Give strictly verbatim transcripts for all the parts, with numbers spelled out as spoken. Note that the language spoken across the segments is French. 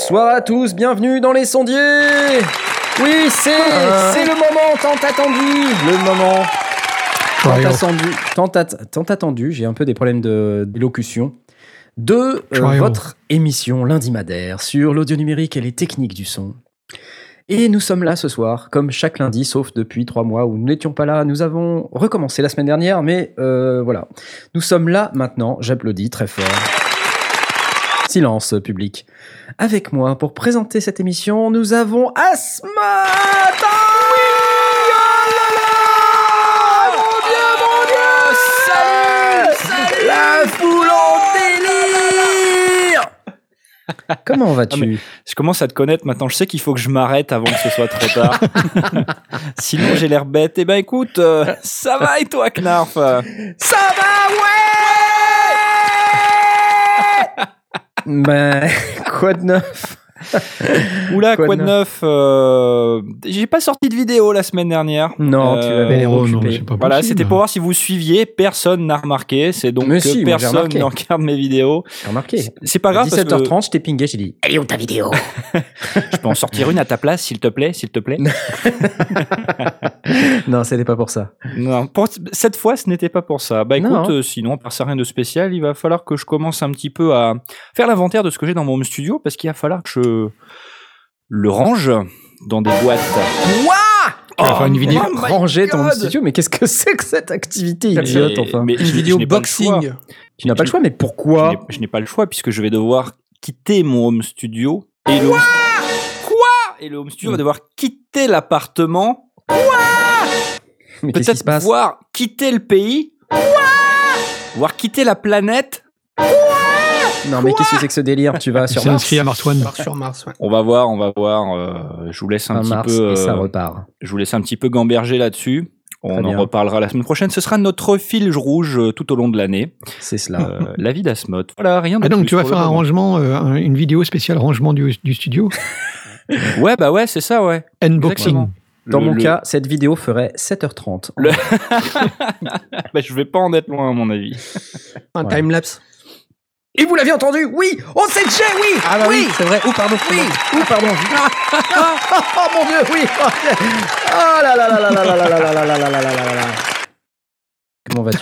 Bonsoir à tous, bienvenue dans les sondiers. Oui, c'est, ah. c'est le moment tant attendu, le moment tant attendu, tant, at- tant attendu, j'ai un peu des problèmes de, d'élocution, de euh, votre émission Lundi Madère sur l'audio numérique et les techniques du son. Et nous sommes là ce soir, comme chaque lundi, sauf depuis trois mois où nous n'étions pas là. Nous avons recommencé la semaine dernière, mais euh, voilà. Nous sommes là maintenant, j'applaudis très fort. Silence, public. Avec moi, pour présenter cette émission, nous avons Asmat. Oui, oh là là, mon Dieu, mon Dieu. Salut, salut. La foule en délire. Comment vas-tu ? Ah, je commence à te connaître maintenant. Je sais qu'il faut que je m'arrête avant que ce soit trop tard. Sinon, j'ai l'air bête. Eh ben, écoute, euh, ça va et toi, Knarf ? Ça va, ouais. Ben, quoi de neuf ? Oula, quoi, quoi de neuf, euh, j'ai pas sorti de vidéo la semaine dernière. Non, euh, tu l'avais oh, non, c'est pas voilà, possible. C'était pour voir si vous suiviez. Personne n'a remarqué. C'est donc mais que si, personne ne regarde mes vidéos. J'ai remarqué. C'est, c'est pas grave. À dix-sept heures trente, que... je t'ai pingé, j'ai dit « Elle est où ta vidéo ?» Je peux en sortir une à ta place, s'il te plaît, s'il te plaît. Non, ce n'était pas pour ça. Non, pour... cette fois, ce n'était pas pour ça. Bah écoute, euh, sinon, par ça, rien de spécial. Il va falloir que je commence un petit peu à faire l'inventaire de ce que j'ai dans mon home studio, parce qu'il va falloir que je le range dans des boîtes. Ouah oh, enfin, une vidéo oh ranger ton studio, mais qu'est-ce que c'est que cette activité idiote, enfin mais, mais une vidéo boxing. Tu n'as pas le choix, mais pourquoi ? je n'ai, je n'ai pas le choix puisque je vais devoir quitter mon home studio et le Quoi, Quoi et le home studio mmh. va devoir quitter l'appartement. Quoi mais Peut-être se passe voir quitter le pays. Quoi Voir quitter la planète. Non mais qu'est-ce que c'est que ce délire ? Tu vas sur c'est Mars ? inscrit à Mars One. Sur Mars, ouais. On va voir, on va voir. Euh, je vous laisse un, un petit Mars peu. Euh, et ça repart. Je vous laisse un petit peu gamberger là-dessus. On Très en bien. reparlera la semaine prochaine. Ce sera notre fil rouge euh, tout au long de l'année. C'est cela. Euh, la vie d'Asmot. Voilà, rien de ah donc plus. tu vas faire un rangement, euh, une vidéo spéciale rangement du, du studio. Ouais, bah ouais, c'est ça, ouais. Unboxing. Dans le, mon le... cas, cette vidéo ferait sept heures trente. Le... bah, je vais pas en être loin, à mon avis. Un ouais. time-lapse. Et vous l'aviez entendu ? Oui ! Oh, c'est J, oui ! Ah bah oui, oui c'est vrai. Ou pardon. Oui Ou pardon. Oh mon Dieu, oui ! Oh là là là là là là là là là là là là là là. Comment vas-tu ?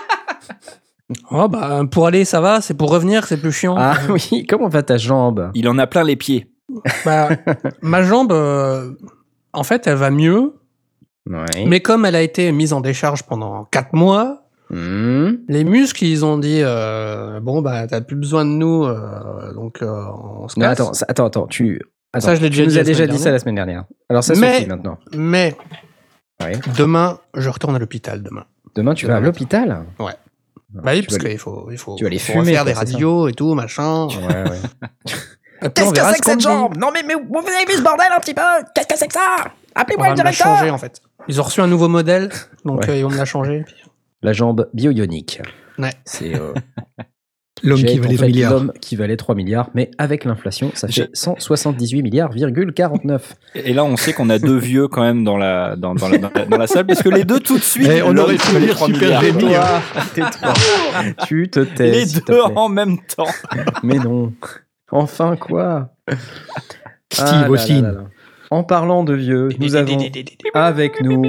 Oh bah pour aller ça va, c'est pour revenir c'est plus chiant. Ah oui, comment va ta jambe ? Il en a plein les pieds. Bah ma jambe, euh, en fait, elle va mieux. Ouais. Mais comme elle a été mise en décharge pendant quatre mois. Mmh. Les muscles, ils ont dit euh, bon bah t'as plus besoin de nous, euh, donc euh, on se casse. Non, attends, attends, attends, tu. Attends, ça je l'ai tu déjà nous dit. as déjà dit ça la semaine dernière. Alors ça mais, suffit maintenant. Mais ouais. Demain, je retourne à l'hôpital demain. Demain, tu demain, vas à l'hôpital ? Ouais. Bah oui, parce qu'il faut, il faut. Tu vas aller faut fumer, faire quoi, des radios et tout, machin. Ouais, ouais. Qu'est-ce que c'est que cette jambe ? Non mais, mais vous avez vu ce bordel un petit peu ? Qu'est-ce que c'est que ça ? Appelez-moi le directeur. Ils vont me la changer en fait. Ils ont reçu un nouveau modèle, donc ouais. euh, ils vont me la changer. Puis... La jambe bio-ionique. Ouais. C'est euh, l'homme qui valait trois milliards. L'homme qui valait trois milliards, mais avec l'inflation, ça fait cent soixante-dix-huit milliards, virgule quarante-neuf. Et là, on sait qu'on a deux vieux quand même dans la, dans, dans la, dans la, dans la salle, parce que les deux tout de suite, hey, on aurait pu dire super génie. Tu te tais. Les deux en même temps. Mais non. Enfin, quoi. Steve aussi. Ah, en parlant de vieux, nous avons avec nous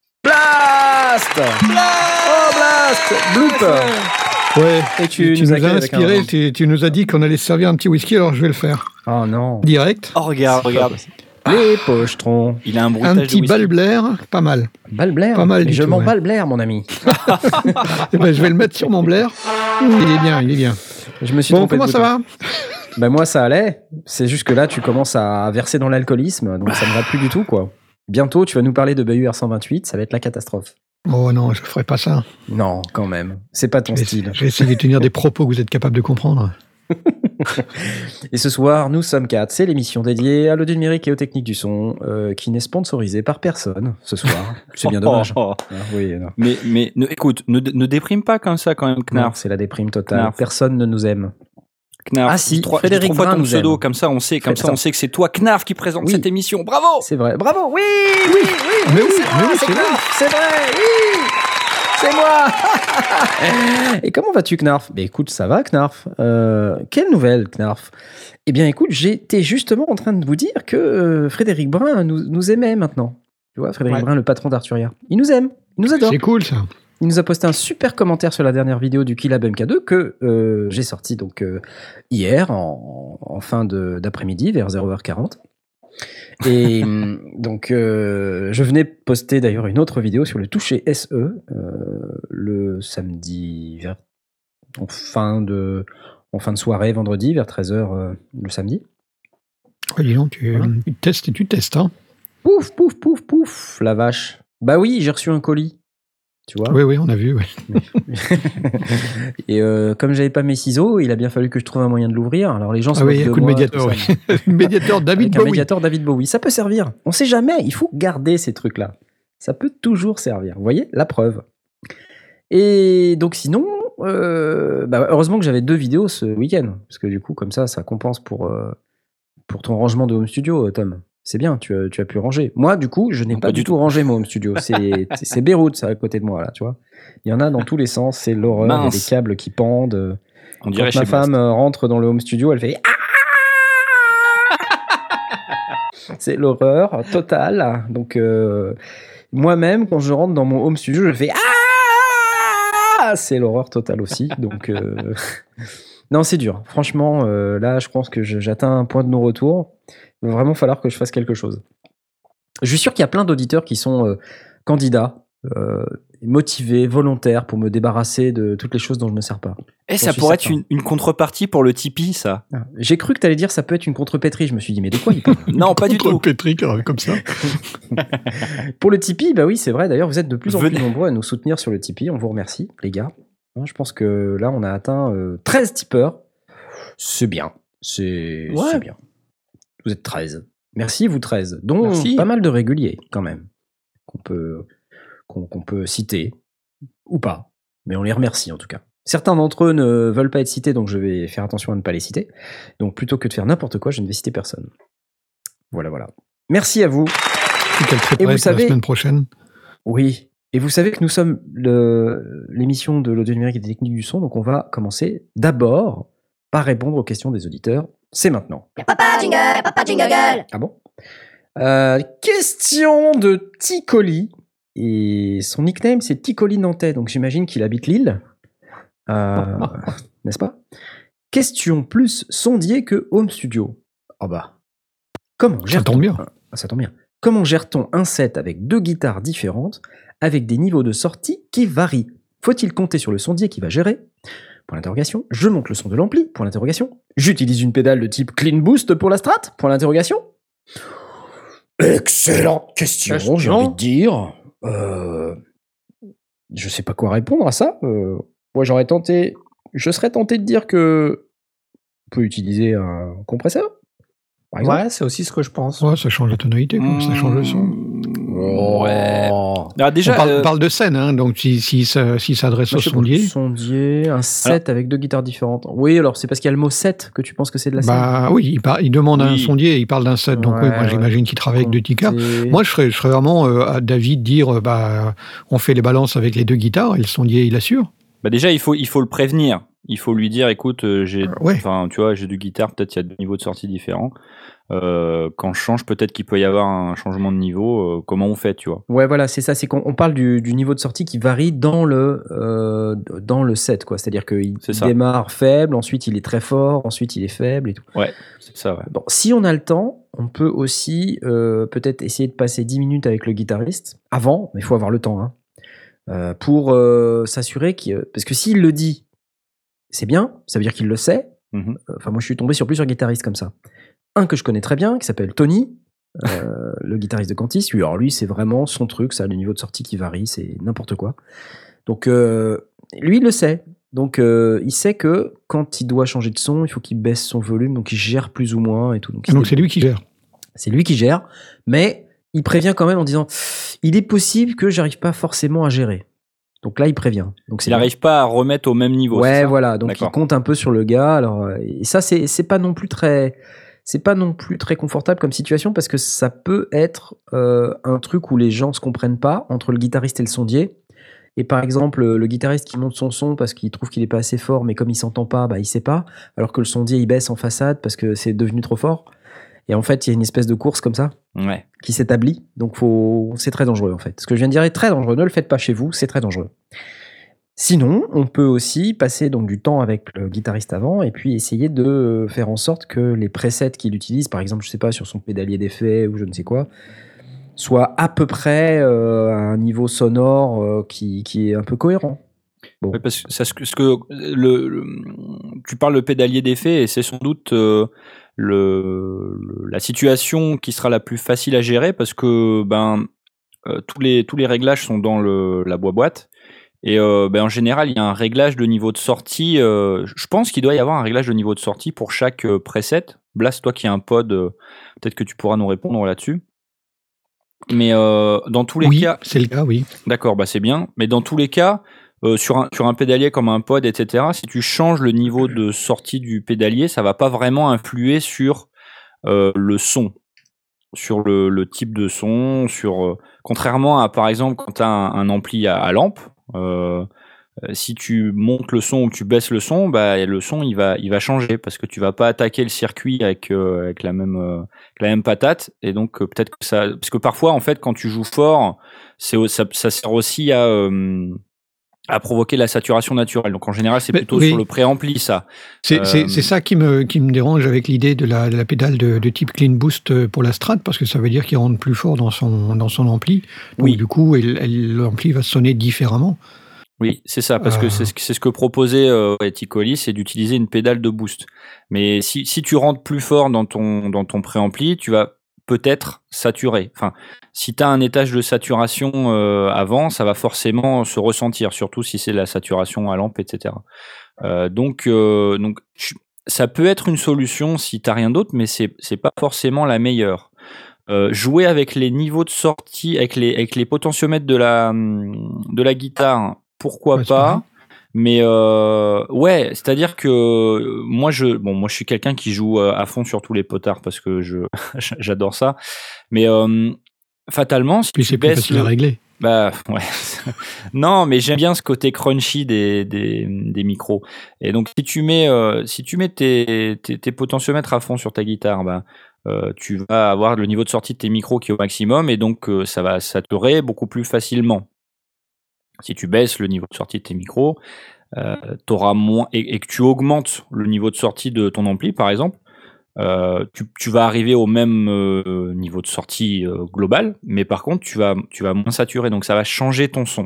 Blast. Blast. Oh, Blast. Bloop. Ouais, et tu, tu nous, nous as inspiré, tu, tu nous as dit qu'on allait se servir un petit whisky, alors je vais le faire. Oh non. Direct. Oh, regarde, regarde. Les pochetrons. Il a un bruitage un petit Balblair, pas mal. Balblair. Pas mal. Mais je tout, m'en ouais. Balblair, mon ami. Et ben, je vais le mettre sur mon Blair. Il est bien, il est bien. Je me suis bon, trompé. Comment ça va ? Ben moi, ça allait. C'est juste que là, tu commences à verser dans l'alcoolisme, donc ça ne va plus du tout, quoi. Bientôt, tu vas nous parler de B U R cent vingt-huit, ça va être la catastrophe. Oh non, je ferai pas ça. Non, quand même. C'est pas ton je vais, style. Je vais essayer de tenir des propos que vous êtes capable de comprendre. Et ce soir, nous sommes quatre. C'est l'émission dédiée à l'audio numérique et aux techniques du son, euh, qui n'est sponsorisée par personne ce soir. C'est bien dommage. Oh, oh. Ah, oui, non. Mais, mais ne, écoute, ne, ne déprime pas comme ça quand même, Knarf. C'est la déprime totale. Knarf. Personne ne nous aime. Knarf. Ah si, trois, Frédéric trois fois ton nous pseudo, aime. comme ça on sait, comme Fred, ça on sait que c'est toi, Knarf, qui présente oui. cette émission. Bravo. C'est vrai. Bravo. Oui, oui, oui. Mais oui, c'est mais vrai, oui, c'est, c'est vrai. c'est vrai. Oui. C'est moi. Et comment vas-tu, Knarf? Ben écoute, ça va, Knarf. Euh, quelle nouvelle, Knarf? Eh bien, écoute, j'étais justement en train de vous dire que euh, Frédéric Brun nous, nous aimait maintenant. Tu vois, Frédéric ouais. Brun, le patron d'Arturia. Il nous aime, il nous adore. C'est cool, ça. Il nous a posté un super commentaire sur la dernière vidéo du Killab M K deux que euh, j'ai sorti donc euh, hier en, en fin de, d'après-midi vers zéro heure quarante. Et donc euh, je venais poster d'ailleurs une autre vidéo sur le toucher S E euh, le samedi vers, en fin de en fin de soirée vendredi vers treize heures euh, le samedi. Oui, dis donc, tu, voilà. tu testes et tu testes hein. Pouf pouf pouf pouf la vache. Bah oui, j'ai reçu un colis. Tu vois ? Oui, oui, on a vu. Ouais. Et euh, comme j'avais pas mes ciseaux, il a bien fallu que je trouve un moyen de l'ouvrir. Alors les gens se ah oui, moquent de un coup moi, de médiateur, oui. médiateur David Avec Bowie. Un médiateur David Bowie, ça peut servir. On sait jamais. Il faut garder ces trucs-là. Ça peut toujours servir. Vous voyez, la preuve. Et donc sinon, euh, bah, heureusement que j'avais deux vidéos ce week-end, parce que du coup, comme ça, ça compense pour euh, pour ton rangement de home studio, Tom. C'est bien, tu as, tu as pu ranger. Moi, du coup, je n'ai pas, pas du tout rangé mon home studio. C'est, c'est Beyrouth, ça, à côté de moi, là, tu vois. Il y en a dans tous les sens, c'est l'horreur, il y a des câbles qui pendent. On dirait Quand ma femme Blast. rentre dans le home studio, elle fait c'est l'horreur totale. Donc, euh, moi-même, quand je rentre dans mon home studio, je fais c'est l'horreur totale aussi. Donc, euh... non, c'est dur. Franchement, euh, là, je pense que je, j'atteins un point de non-retour. Il va vraiment falloir que je fasse quelque chose. Je suis sûr qu'il y a plein d'auditeurs qui sont euh, candidats, euh, motivés, volontaires pour me débarrasser de toutes les choses dont je ne me sers pas. Et ça pourrait certain. être une, une contrepartie pour le Tipeee, ça. Ah, j'ai cru que tu allais dire ça peut être une contrepétrie. Je me suis dit, mais de quoi il parle ? Non, pas du tout. Contrepétrie, comme ça. Pour le Tipeee, bah oui, c'est vrai. D'ailleurs, vous êtes de plus en Venez. plus nombreux à nous soutenir sur le Tipeee. On vous remercie, les gars. Je pense que là, on a atteint euh, treize tipeurs. C'est bien. C'est, ouais. c'est bien. Vous êtes treize. Merci, vous treize. Dont Merci. Pas mal de réguliers, quand même, qu'on peut, qu'on, qu'on peut citer, ou pas. Mais on les remercie, en tout cas. Certains d'entre eux ne veulent pas être cités, donc je vais faire attention à ne pas les citer. Donc, plutôt que de faire n'importe quoi, je ne vais citer personne. Voilà, voilà. Merci à vous. Et vous savez... la semaine prochaine. Oui. Et vous savez que nous sommes le, l'émission de l'audio numérique et des techniques du son, donc on va commencer d'abord par répondre aux questions des auditeurs. C'est maintenant. Papa jingle, papa jingle. Ah bon euh, Question de Ticoli. Et son nickname, c'est Ticoli Nantais. Donc j'imagine qu'il habite Lille. Euh, n'est-ce pas ? Question plus sondier que home studio. Oh bah. Comment gère-t-on... Ça tombe bien. Ah, ça tombe bien. Comment gère-t-on un set avec deux guitares différentes, avec des niveaux de sortie qui varient ? Faut-il compter sur le sondier qui va gérer ? Point d'interrogation. Je monte le son de l'ampli. Point d'interrogation. J'utilise une pédale de type Clean Boost pour la strat. Point d'interrogation. Excellente question, question. J'ai envie de dire. Euh, je sais pas quoi répondre à ça. Euh, moi, j'aurais tenté. Je serais tenté de dire que on peut utiliser un compresseur. Par exemple. Ouais, c'est aussi ce que je pense. Ouais, ça change la tonalité, mmh. ça change le son. Oh. Ouais. Alors déjà, on parle, euh... on parle de scène, hein, donc si, si, ça, si ça s'adresse au sondier. Sondier, un set alors, avec deux guitares différentes. Oui, alors c'est parce qu'il y a le mot set que tu penses que c'est de la scène. Bah oui, il, par, il demande oui. un sondier et il parle d'un set, donc ouais, oui, moi ouais. j'imagine qu'il travaille avec deux guitares. Moi je serais, je serais vraiment euh, d'avis de dire, bah, on fait les balances avec les deux guitares et le sondier il assure. Bah déjà il faut, il faut le prévenir. Il faut lui dire, écoute, euh, j'ai, enfin, ouais. tu vois, j'ai deux guitares, peut-être il y a deux niveaux de sortie différents. Euh, quand je change, peut-être qu'il peut y avoir un changement de niveau. Euh, comment on fait, tu vois ? Ouais, voilà, c'est ça. C'est qu'on on parle du, du niveau de sortie qui varie dans le euh, dans le set, quoi. C'est-à-dire qu'il c'est démarre faible, ensuite il est très fort, ensuite il est faible et tout. Ouais, c'est ça. Ouais. Bon, si on a le temps, on peut aussi euh, peut-être essayer de passer dix minutes avec le guitariste avant, mais il faut avoir le temps, hein, euh, pour euh, s'assurer qu'il, parce que s'il le dit, c'est bien, ça veut dire qu'il le sait. Mm-hmm. Enfin, moi, je suis tombé sur plusieurs guitaristes comme ça. Un que je connais très bien, qui s'appelle Tony, euh, le guitariste de Cantis. Lui, alors lui, c'est vraiment son truc, ça, le niveau de sortie qui varie, c'est n'importe quoi. Donc, euh, lui, il le sait. Donc, euh, il sait que quand il doit changer de son, il faut qu'il baisse son volume, donc il gère plus ou moins et tout. Donc, donc c'est lui qui gère. C'est lui qui gère, mais il prévient quand même en disant il est possible que j'arrive pas forcément à gérer. Donc là, il prévient. Donc il n'arrive pas à remettre au même niveau. Ouais, c'est ça voilà. Donc D'accord. il compte un peu sur le gars. Alors, et ça, c'est c'est pas non plus très, c'est pas non plus très confortable comme situation parce que ça peut être euh, un truc où les gens se comprennent pas entre le guitariste et le sondier. Et par exemple, le guitariste qui monte son son parce qu'il trouve qu'il est pas assez fort, mais comme il s'entend pas, bah il sait pas. Alors que le sondier il baisse en façade parce que c'est devenu trop fort. Et en fait, il y a une espèce de course comme ça ouais. qui s'établit. Donc faut, c'est très dangereux en fait. Ce que je viens de dire est très dangereux. Ne le faites pas chez vous, c'est très dangereux. Sinon, on peut aussi passer donc du temps avec le guitariste avant et puis essayer de faire en sorte que les presets qu'il utilise, par exemple, je sais pas, sur son pédalier d'effet ou je ne sais quoi, soient à peu près euh, à un niveau sonore euh, qui, qui est un peu cohérent. Bon. Oui, parce que, ça, ce que, ce que le, le, tu parles de pédalier d'effet et c'est sans doute euh, le, le, la situation qui sera la plus facile à gérer parce que ben, euh, tous, les, tous les réglages sont dans le, la boîte. Et euh, ben en général, il y a un réglage de niveau de sortie. Euh, je pense qu'il doit y avoir un réglage de niveau de sortie pour chaque euh, preset. Blast, toi qui as un pod, euh, peut-être que tu pourras nous répondre là-dessus. Mais euh, dans tous les oui, cas... Oui, c'est le cas, oui. D'accord, bah c'est bien. Mais dans tous les cas, euh, sur, un, sur un pédalier comme un pod, et cetera, si tu changes le niveau de sortie du pédalier, ça va pas vraiment influer sur euh, le son, sur le, le type de son, sur euh, contrairement à, par exemple, quand tu as un, un ampli à, à lampe, euh, si tu montes le son ou que tu baisses le son, bah le son il va il va changer parce que tu vas pas attaquer le circuit avec euh, avec la même euh, la même patate et donc euh, peut-être que ça parce que parfois en fait quand tu joues fort, c'est ça, ça sert aussi à euh, à provoquer la saturation naturelle. Donc en général, c'est plutôt oui. sur le préampli ça. C'est, euh... c'est, c'est ça qui me, qui me dérange avec l'idée de la, de la pédale de, de type clean boost pour la Strat, parce que ça veut dire qu'il rentre plus fort dans son, dans son ampli. Donc oui. du coup, elle, elle, l'ampli va sonner différemment. Oui, c'est ça, parce euh... que c'est ce, c'est ce que proposait euh, Ticoli, c'est d'utiliser une pédale de boost. Mais si, si tu rentres plus fort dans ton, dans ton préampli, tu vas peut-être saturer. Enfin, si tu as un étage de saturation euh, avant, ça va forcément se ressentir, surtout si c'est de la saturation à lampe, et cetera. Euh, donc, euh, donc, ça peut être une solution si tu n'as rien d'autre, mais c'est c'est pas forcément la meilleure. Euh, jouer avec les niveaux de sortie, avec les, avec les potentiomètres de la, de la guitare, pourquoi ouais, pas. Mais euh, ouais, c'est-à-dire que moi je bon moi je suis quelqu'un qui joue à fond sur tous les potards parce que je j'adore ça. Mais euh, fatalement si puis tu c'est plus facile le... à régler. Bah ouais. Non, mais j'aime bien ce côté crunchy des des, des micros. Et donc si tu mets euh, si tu mets tes, tes tes potentiomètres à fond sur ta guitare, bah euh, tu vas avoir le niveau de sortie de tes micros qui est au maximum et donc euh, ça va saturer beaucoup plus facilement. Si tu baisses le niveau de sortie de tes micros, euh, t'auras moins et, et que tu augmentes le niveau de sortie de ton ampli, par exemple, euh, tu, tu vas arriver au même euh, niveau de sortie euh, global, mais par contre, tu vas, tu vas moins saturer, donc ça va changer ton son.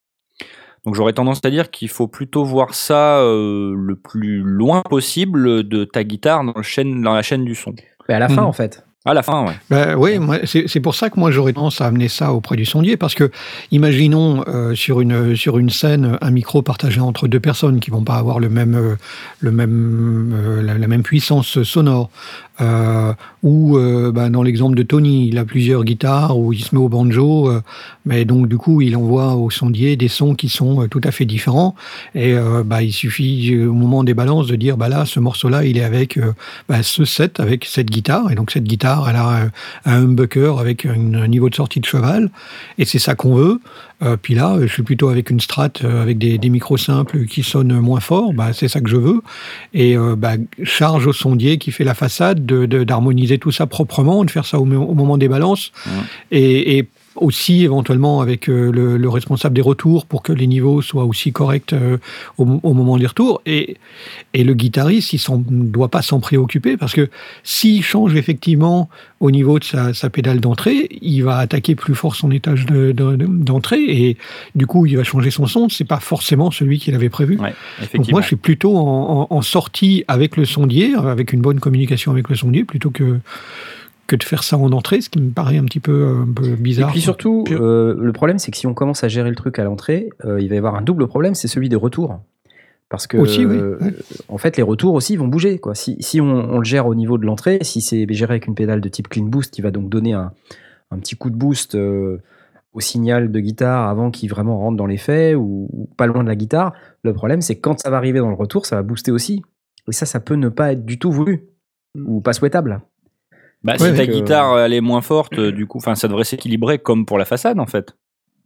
Donc j'aurais tendance à dire qu'il faut plutôt voir ça euh, le plus loin possible de ta guitare dans, le chaîne, dans la chaîne du son. Mais à la fin, mmh. en fait. À la fin, ouais. Ben, oui, moi, c'est, c'est pour ça que moi j'aurais tendance à amener ça auprès du sondier, parce que imaginons euh, sur une sur une scène un micro partagé entre deux personnes qui vont pas avoir le même euh, le même euh, la, la même puissance sonore. Euh, ou euh, ben, dans l'exemple de Tony, il a plusieurs guitares où il se met au banjo, euh, mais donc du coup il envoie au sondier des sons qui sont euh, tout à fait différents. Et euh, ben, il suffit euh, au moment des balances de dire bah là ce morceau-là il est avec euh, ben, ce set avec cette guitare, et donc cette guitare elle a un, un humbucker avec un niveau de sortie de cheval, et c'est ça qu'on veut. Euh, puis là, je suis plutôt avec une Strat euh, avec des, des micros simples qui sonnent moins fort, bah, c'est ça que je veux. Et euh, bah, charge au sondier qui fait la façade de, de, d'harmoniser tout ça proprement, de faire ça au, au moment des balances. Mmh. Et, et aussi éventuellement avec euh, le, le responsable des retours pour que les niveaux soient aussi corrects euh, au, au moment des retours. Et, et le guitariste, il ne doit pas s'en préoccuper, parce que s'il change effectivement au niveau de sa, sa pédale d'entrée, il va attaquer plus fort son étage de, de, de, d'entrée, et du coup il va changer son son. C'est pas forcément celui qu'il avait prévu. Ouais, donc moi je suis plutôt en, en, en sortie avec le sondier, avec une bonne communication avec le sondier, plutôt que que de faire ça en entrée, ce qui me paraît un petit peu, un peu bizarre. Et puis surtout, euh, le problème, c'est que si on commence à gérer le truc à l'entrée, euh, il va y avoir un double problème, c'est celui des retours. Parce que, aussi, oui. euh, en fait, les retours aussi vont bouger, quoi. Si, si on, on le gère au niveau de l'entrée, si c'est géré avec une pédale de type clean boost, qui va donc donner un, un petit coup de boost euh, au signal de guitare avant qu'il vraiment rentre dans l'effet, ou, ou pas loin de la guitare, le problème, c'est que quand ça va arriver dans le retour, ça va booster aussi. Et ça, ça peut ne pas être du tout voulu, ou pas souhaitable. Bah, ouais, si ta guitare euh... elle est moins forte, euh, du coup, enfin, ça devrait s'équilibrer comme pour la façade en fait.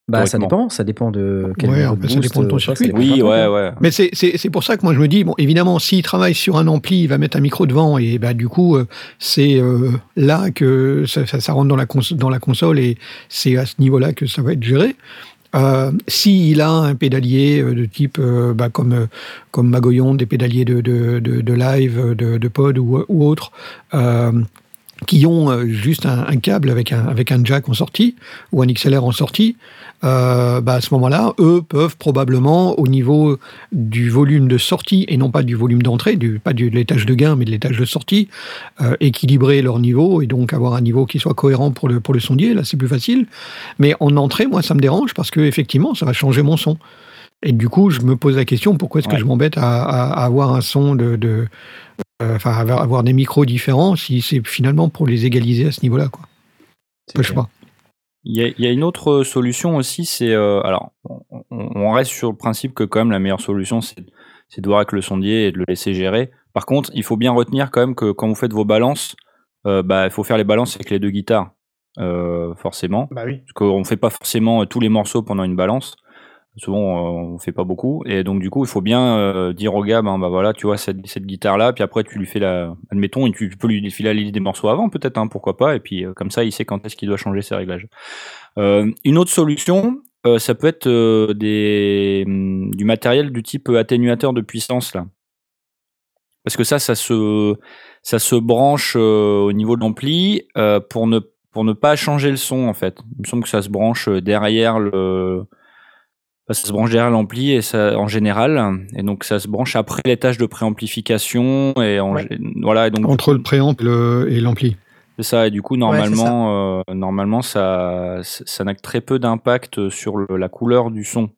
Bah, ça dépend, ça dépend de quel ouais, boost, ça dépend de ton circuit. Oui, ouais, ouais. Mais c'est, c'est, c'est pour ça que moi je me dis, bon, évidemment, s'il travaille sur un ampli, il va mettre un micro devant et bah, du coup, euh, c'est euh, là que ça, ça, ça rentre dans la, cons- dans la console et c'est à ce niveau-là que ça va être géré. Euh, s'il a un pédalier de type, euh, bah, comme, euh, comme Magoyon, des pédaliers de, de, de, de live, de, de pod ou, ou autre, euh, qui ont euh, juste un, un câble avec un, avec un jack en sortie ou un X L R en sortie, euh, bah à ce moment-là, eux peuvent probablement, au niveau du volume de sortie et non pas du volume d'entrée, du, pas du, de l'étage de gain, mais de l'étage de sortie, euh, équilibrer leur niveau et donc avoir un niveau qui soit cohérent pour le, pour le sondier. Là, c'est plus facile. Mais en entrée, moi, ça me dérange parce que effectivement, ça va changer mon son. Et du coup, je me pose la question, pourquoi est-ce ouais. que je m'embête à, à, à avoir un son de... de enfin, euh, avoir des micros différents si c'est finalement pour les égaliser à ce niveau-là, quoi. Je sais pas. Il y, a, il y a une autre solution aussi, c'est... Euh, alors, on, on reste sur le principe que quand même la meilleure solution, c'est, c'est de voir avec le sondier et de le laisser gérer. Par contre, il faut bien retenir quand même que quand vous faites vos balances, euh, bah, il faut faire les balances avec les deux guitares, euh, forcément. Bah oui. Parce qu'on ne fait pas forcément tous les morceaux pendant une balance. Souvent, euh, on fait pas beaucoup. Et donc, du coup, il faut bien euh, dire au gars, ben, bah voilà, tu vois, cette, cette guitare-là, puis après, tu lui fais la... Admettons, et tu peux lui filer la liste des morceaux avant, peut-être, hein, pourquoi pas, et puis euh, comme ça, il sait quand est-ce qu'il doit changer ses réglages. Euh, une autre solution, euh, ça peut être euh, des, du matériel du type atténuateur de puissance, là. Parce que ça, ça se, ça se branche euh, au niveau de l'ampli euh, pour, ne, pour ne pas changer le son, en fait. Il me semble que ça se branche derrière le... Ça se branche derrière l'ampli et ça, en général, et donc ça se branche après l'étage de préamplification et en, ouais. voilà. Et donc entre le préamp et, le, et l'ampli. C'est ça. Et du coup, normalement, ouais, ça. Euh, normalement, ça, ça n'a que très peu d'impact sur le, la couleur du son.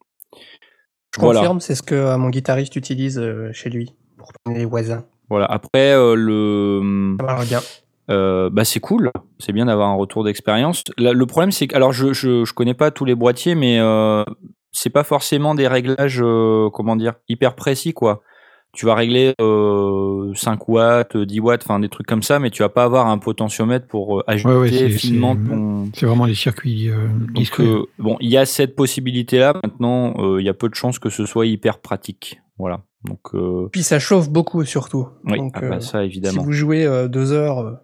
Je voilà. confirme, c'est ce que euh, mon guitariste utilise euh, chez lui pour prendre les voisins. Voilà. Après, euh, le. Ça marche bien. Euh, bah c'est cool, c'est bien d'avoir un retour d'expérience. Là, le problème, c'est que, alors, je, je, je connais pas tous les boîtiers, mais euh, c'est pas forcément des réglages, euh, comment dire, hyper précis, quoi. Tu vas régler euh, cinq watts, dix watts, enfin des trucs comme ça, mais tu vas pas avoir un potentiomètre pour euh, ajuster ouais, ouais, c'est, finement c'est, ton... C'est vraiment les circuits euh, discrets. Euh, bon, il y a cette possibilité-là, maintenant, il euh, y a peu de chances que ce soit hyper pratique. Voilà. Donc, euh... Puis ça chauffe beaucoup, surtout. Oui, donc, ah bah euh, ça, évidemment. Si vous jouez euh, deux heures, euh,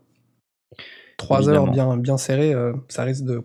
trois évidemment. heures bien, bien serrées, euh, ça risque de...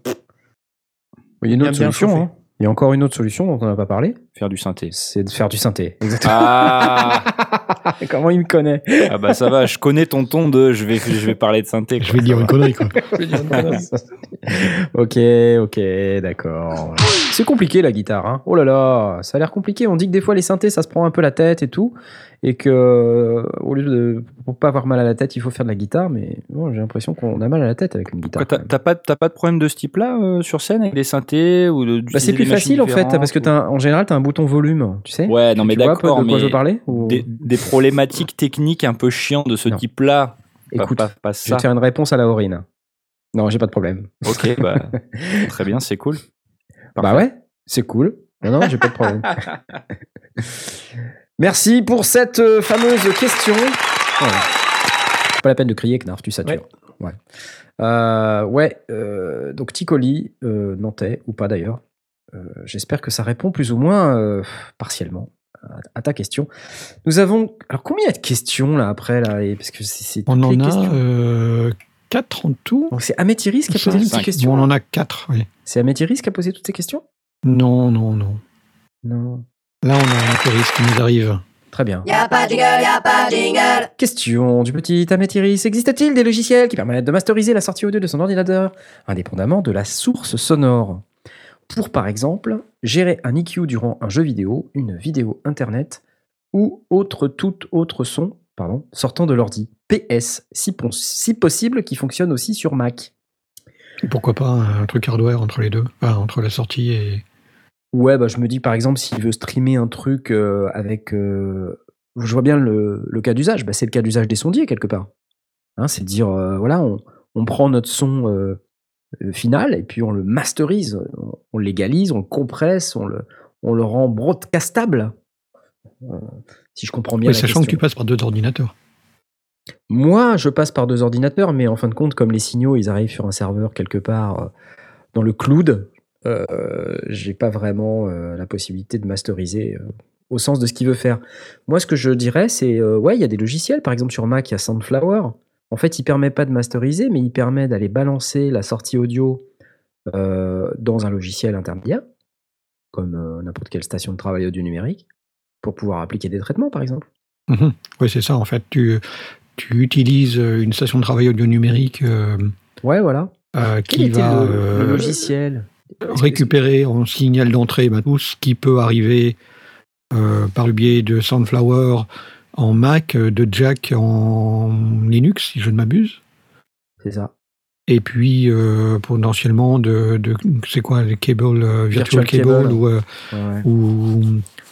Il y a une autre solution, hein. Il y a encore une autre solution dont on n'a pas parlé. Faire du synthé. C'est de faire du synthé. Exactement. Ah Comment il me connaît? Ah bah ça va, je connais ton ton de je vais, je vais parler de synthé. Quoi. Je vais dire une connerie, quoi. Je vais dire une connerie. Ok, ok, d'accord. C'est compliqué la guitare, hein. Oh là là, ça a l'air compliqué. On dit que des fois les synthés, ça se prend un peu la tête et tout. Et que, au lieu de, pour pas avoir mal à la tête, il faut faire de la guitare. Mais bon, j'ai l'impression qu'on a mal à la tête avec une guitare. T'as, t'as, pas, t'as pas de problème de ce type-là euh, sur scène avec des synthés ou de, bah c'est plus facile en fait, parce que t'as un, en général, t'as un bouton volume, tu sais. Ouais, non mais tu d'accord, vois de quoi mais je veux parler, ou... des, des problématiques techniques un peu chiantes de ce non. type-là. Écoute, pas, pas, pas ça. je vais te faire une réponse à la Aurine. Non, j'ai pas de problème. Ok, bah très bien, c'est cool. Parfait. Bah ouais, c'est cool. Non, non, j'ai pas de problème. Merci pour cette euh, fameuse question. Oh. Pas la peine de crier, Knarf, tu satures. Ouais. Ouais, euh, ouais euh, donc Ticoli, euh, nantais, ou pas d'ailleurs. Euh, j'espère que ça répond plus ou moins euh, partiellement à, à ta question. Nous avons... Alors, combien il y a de questions, là, après là, et, parce que c'est, c'est On en les a euh, quatre en tout. Donc, c'est Améthyris qui a posé toutes ces questions. Bon, on en a quatre, oui. C'est Améthyris qui a posé toutes ces questions? Non, non, non. Non. Là, on a Améthyris qui nous arrive. Très bien. Y'a pas de jingle, y'a pas de jingle. Question du petit Améthyris. Existe-t-il des logiciels qui permettent de masteriser la sortie audio de son ordinateur, indépendamment de la source sonore, pour, par exemple, gérer un E Q durant un jeu vidéo, une vidéo internet, ou autre tout autre son pardon, sortant de l'ordi? P S, si, pon- si possible, qui fonctionne aussi sur Mac. Pourquoi pas un truc hardware entre les deux, enfin, entre la sortie et... Ouais, bah, je me dis par exemple, s'il veut streamer un truc euh, avec... Euh, je vois bien le, le cas d'usage, bah, c'est le cas d'usage des sondiers quelque part. Hein, c'est de dire, euh, voilà, on, on prend notre son euh, final et puis on le masterise, on, on l'égalise, on le compresse, on le, on le rend broadcastable. Euh, si je comprends bien oui, la sachant question. Que tu passes par deux ordinateurs. Moi, je passe par deux ordinateurs, mais en fin de compte, comme les signaux, ils arrivent sur un serveur quelque part euh, dans le cloud, euh, j'ai pas vraiment euh, la possibilité de masteriser euh, au sens de ce qu'il veut faire. Moi, ce que je dirais, c'est euh, ouais, il y a des logiciels, par exemple sur Mac, il y a Soundflower. En fait, il permet pas de masteriser, mais il permet d'aller balancer la sortie audio euh, dans un logiciel intermédiaire, comme euh, n'importe quelle station de travail audio numérique, pour pouvoir appliquer des traitements, par exemple. Mmh. Oui, c'est ça, en fait. Tu, tu utilises une station de travail audio numérique euh, ouais, voilà. Euh, Quel qui était va le, euh, le logiciel récupérer en signal d'entrée bah, tout ce qui peut arriver euh, par le biais de Soundflower en Mac, de Jack en Linux, si je ne m'abuse. C'est ça. Et puis euh, potentiellement de, de c'est quoi les cables euh, virtual, virtual cable, cable ou, euh, ouais. ou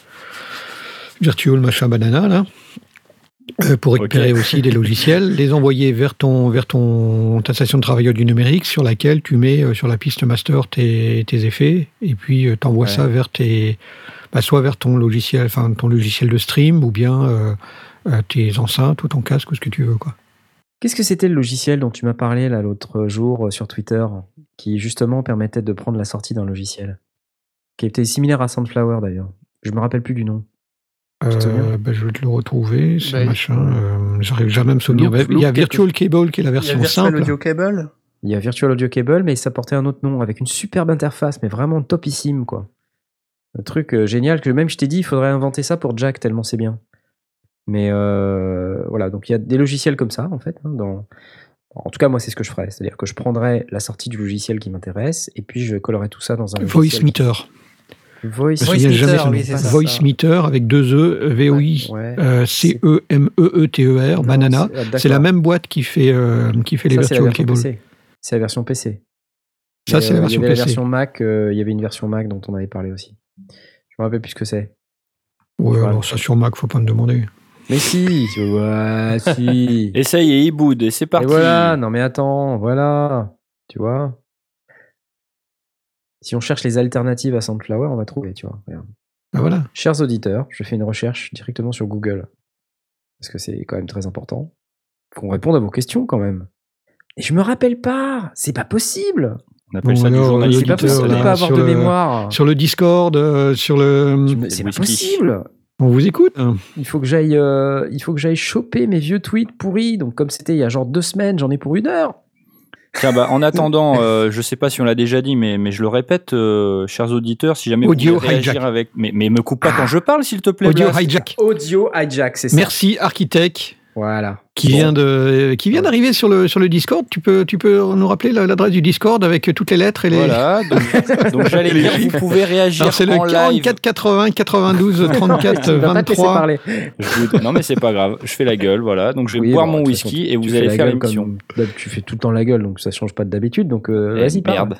virtual machin banana là. Euh, pour récupérer okay. aussi des logiciels, les envoyer vers ton vers ton ta station de travail audio numérique sur laquelle tu mets euh, sur la piste master tes, tes effets et puis euh, t'envoies ouais. ça vers tes bah, soit vers ton logiciel enfin ton logiciel de stream ou bien euh, euh, tes enceintes ou ton casque ou ce que tu veux quoi. Qu'est-ce que c'était le logiciel dont tu m'as parlé là l'autre jour euh, sur Twitter qui justement permettait de prendre la sortie d'un logiciel qui était similaire à Soundflower d'ailleurs. Je me rappelle plus du nom. Euh, bah, je vais te le retrouver, ce bah, machin. Euh, J'arrive jamais à me souvenir. Loop, il y a Virtual Cable qui est la version simple. Il y a Virtual simple. Audio Cable. Il y a Virtual Audio Cable, mais ça portait un autre nom avec une superbe interface, mais vraiment topissime quoi. Un truc euh, génial que même je t'ai dit, il faudrait inventer ça pour Jack tellement c'est bien. Mais euh, voilà, donc il y a des logiciels comme ça en fait. Hein, dans... En tout cas, moi c'est ce que je ferais, c'est-à-dire que je prendrais la sortie du logiciel qui m'intéresse et puis je collerais tout ça dans un Voice logiciel. Meter. Voice, Voice Meter, oui, c'est ça. Voice Meter avec deux E, V O I C E M E E T E R, Banana. C'est, c'est la même boîte qui fait, euh, qui fait les ça, Virtual Cable. C'est la version P C. Ça, Mais, c'est la version euh, il y avait P C. La version Mac, euh, il y avait une version Mac dont on avait parlé aussi. Je me rappelle plus ce que c'est. Ouais, alors ça sur Mac, faut pas me demander. Mais si, ouais, si. Essaye et il boude, et c'est parti. Et voilà, non mais attends, voilà. Tu vois. Si on cherche les alternatives à Soundflower, on va trouver, tu vois. Regarde. Ah voilà. Chers auditeurs, je fais une recherche directement sur Google. Parce que c'est quand même très important. Faut qu'on réponde à vos questions quand même. Et je me rappelle pas, c'est pas possible. On appelle bon, ça alors, du journalisme. C'est pas possible de ne pas avoir de le, mémoire. Sur le Discord, euh, sur le... C'est pas possible. On vous écoute. Il faut que j'aille, euh, il faut que j'aille choper mes vieux tweets pourris. Donc comme c'était il y a genre deux semaines, j'en ai pour une heure. Tiens, bah, en attendant, euh, je sais pas si on l'a déjà dit, mais, mais je le répète, euh, chers auditeurs, si jamais Audio vous voulez réagir hijack. avec... Mais, mais me coupe pas quand je parle, s'il te plaît. Audio Blast. hijack. Audio hijack, c'est ça. Merci, Architect. Voilà. Qui vient de, qui vient d'arriver sur le sur le Discord. Tu peux, tu peux nous rappeler l'adresse du Discord avec toutes les lettres et les. Voilà. Donc, donc j'allais dire, vous pouvez réagir Alors, c'est le en live. quarante-quatre quatre-vingts quatre-vingt-douze trente-quatre vingt-trois. Je vous... Non mais c'est pas grave. Je fais la gueule, voilà. Donc je vais oui, boire bon, mon whisky façon, et vous allez faire l'émission. Comme... Tu fais tout le temps la gueule, donc ça change pas d'habitude. Donc euh, eh, vas-y, merde.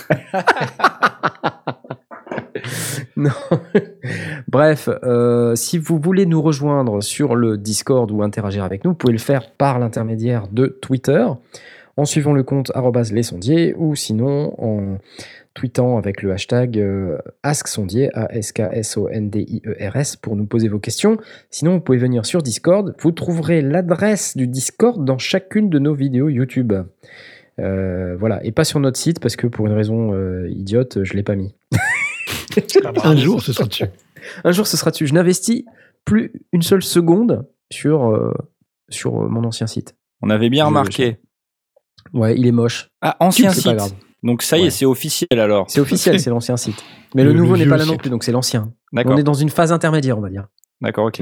Non. Bref, euh, si vous voulez nous rejoindre sur le Discord ou interagir avec nous, vous pouvez le faire par l'intermédiaire de Twitter, en suivant le compte arobase les sondiers, ou sinon en tweetant avec le hashtag euh, AskSondier, A S K S O N D I E R S, pour nous poser vos questions. Sinon, vous pouvez venir sur Discord. Vous trouverez l'adresse du Discord dans chacune de nos vidéos YouTube. Euh, voilà, et pas sur notre site, parce que pour une raison euh, idiote, je ne l'ai pas mis. Un jour, ce sera dessus. Un jour, ce sera dessus. Je n'investis plus une seule seconde sur, euh, sur mon ancien site. On avait bien je, remarqué. Je... Ouais, il est moche. Ah, ancien c'est site. Pas grave. Donc ça y ouais. est, c'est officiel alors. C'est officiel, c'est l'ancien site. Mais le, le nouveau le n'est pas là non plus, donc c'est l'ancien. D'accord. On est dans une phase intermédiaire, on va dire. D'accord, ok.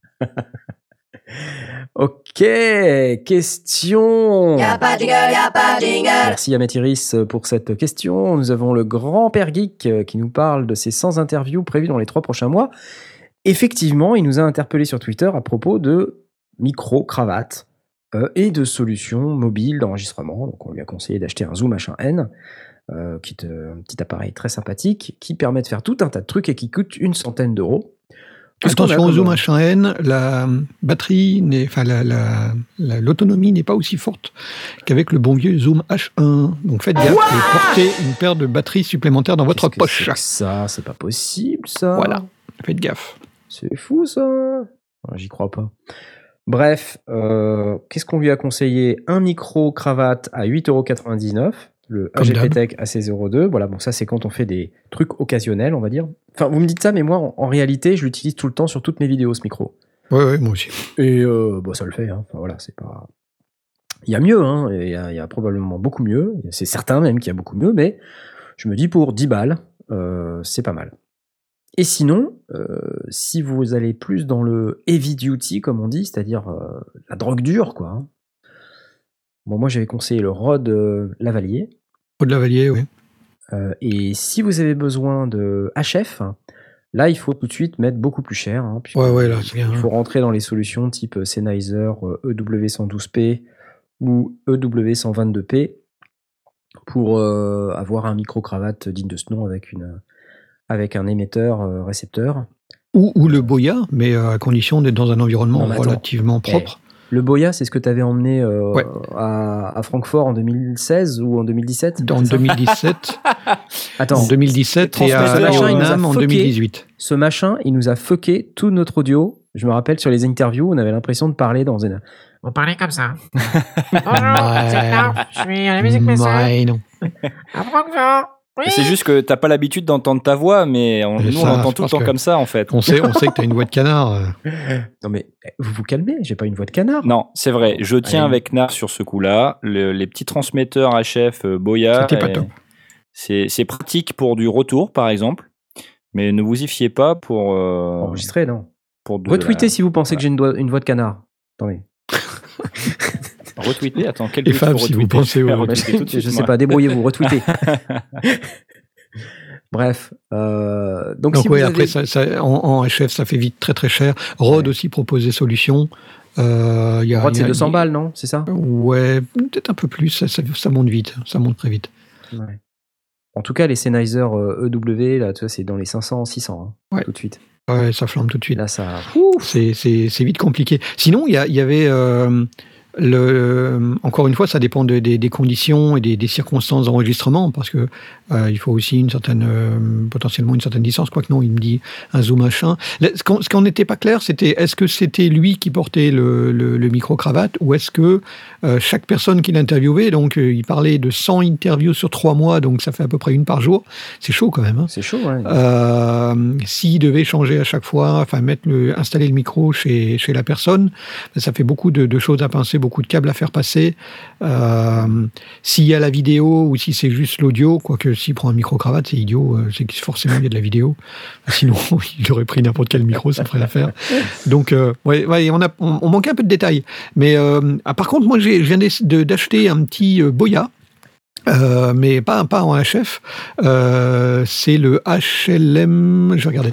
Ok, question. Y'a pas de jingle, y'a pas de jingle. Merci à Mathiris pour cette question. Nous avons le grand-père geek qui nous parle de ses cent interviews prévues dans les trois prochains mois. Effectivement, il nous a interpellé sur Twitter à propos de micro-cravates euh, et de solutions mobiles d'enregistrement. Donc on lui a conseillé d'acheter un Zoom H un N, euh, qui est un petit appareil très sympathique, qui permet de faire tout un tas de trucs et qui coûte une centaine d'euros. Attention au Zoom H un N, la batterie, n'est, enfin la, la, la, l'autonomie n'est pas aussi forte qu'avec le bon vieux Zoom H un. Donc faites gaffe et portez une paire de batteries supplémentaires dans votre Qu'est-ce poche. Que c'est que ça, c'est pas possible ça. Voilà, faites gaffe. C'est fou ça. J'y crois pas. Bref, euh, qu'est-ce qu'on lui a conseillé ? Un micro-cravate à huit euros quatre-vingt-dix-neuf, le A G P Tech A C zéro deux. Voilà, bon, ça, c'est quand on fait des trucs occasionnels, on va dire. Enfin, vous me dites ça, mais moi, en, en réalité, je l'utilise tout le temps sur toutes mes vidéos, ce micro. Ouais, ouais, moi aussi. Et euh, bon, ça le fait. Hein. Enfin, voilà, c'est pas. Il y a mieux, hein. Il y a, il y a probablement beaucoup mieux. C'est certain même qu'il y a beaucoup mieux, mais je me dis pour dix balles, euh, c'est pas mal. Et sinon, euh, si vous allez plus dans le heavy duty, comme on dit, c'est-à-dire euh, la drogue dure, quoi. Hein. Bon, moi, j'avais conseillé le Rode euh, Lavalier. Rode Lavalier, oui. Euh, et si vous avez besoin de H F, là, il faut tout de suite mettre beaucoup plus cher. Hein, ouais, ouais, là, c'est bien. Il faut rentrer dans les solutions type Sennheiser E W cent douze P ou E W cent vingt-deux P pour euh, avoir un micro-cravate digne de ce nom avec, une, avec un émetteur-récepteur. Euh, ou, ou le Boya, mais à condition d'être dans un environnement non, relativement propre. Hey. Le Boya, c'est ce que tu avais emmené euh, ouais. à, à Francfort en deux mille seize ou en deux mille dix-sept? En deux mille dix-sept. Attends. En deux mille dix-sept et à Nam en deux mille dix-huit. Ce machin, il nous a fucké tout notre audio. Je me rappelle, sur les interviews, on avait l'impression de parler dans une... On parlait comme ça. Bonjour, c'est Clark, je suis à la musique message. non. À Francfort. Oui. C'est juste que t'as pas l'habitude d'entendre ta voix, mais on, nous ça, on entend tout le temps comme ça en fait. On sait, on sait que t'as une voix de canard. Non mais vous vous calmez, j'ai pas une voix de canard. Non, c'est vrai. Je tiens Allez. avec Nar sur ce coup-là. Le, les petits transmetteurs H F euh, Boya. C'était pas top. C'est, c'est pratique pour du retour par exemple, mais ne vous y fiez pas pour euh, enregistrer, non. Pour de retweetez la... si vous pensez voilà. que j'ai une, do- une voix de canard. Attendez. Retweeter, attends, quel Et Fab, si vous pensez au retweeter, je sais pas, débrouillez-vous, retweetez. Bref, euh, donc, donc si oui, vous après avez... ça, ça, en, en H F, ça fait vite très très cher. Rode ouais. aussi propose des solutions. Euh, y a, Rode, y a, c'est deux cents y... balles, non? C'est ça? Ouais, peut-être un peu plus. Ça, ça, ça monte vite, ça monte très vite. Ouais. En tout cas, les Sennheiser E W, là, tu vois, c'est dans les cinq cents, six cents, hein, ouais. tout de suite. Ouais, ça flambe tout de suite. Là, ça. C'est, c'est, c'est vite compliqué. Sinon, il y, y avait. Euh, Le, encore une fois, ça dépend de, de, des conditions et des, des circonstances d'enregistrement, parce que euh, il faut aussi une certaine, euh, potentiellement une certaine distance. Quoique non, il me dit un zoom machin. Ce qu'on, ce qu'on n'était pas clair, c'était est-ce que c'était lui qui portait le, le, le micro-cravate, ou est-ce que euh, chaque personne qu'il interviewait, donc euh, il parlait de cent interviews sur trois mois, donc ça fait à peu près une par jour. C'est chaud quand même. Hein. C'est chaud, ouais. Euh, s'il devait changer à chaque fois, enfin mettre le, installer le micro chez, chez la personne, ça fait beaucoup de, de choses à pincer, beaucoup de câbles à faire passer. Euh, s'il y a la vidéo ou si c'est juste l'audio, quoique s'il prend un micro-cravate, c'est idiot, c'est que forcément il y a de la vidéo. Sinon, il aurait pris n'importe quel micro, ça ferait l'affaire. Donc, euh, ouais, ouais, on, a, on, on manquait un peu de détails. Mais euh, ah, par contre, moi, j'ai, je viens de, d'acheter un petit euh, Boya. Euh, mais pas, pas en H F. Euh, c'est le H L M. Je vais regarder.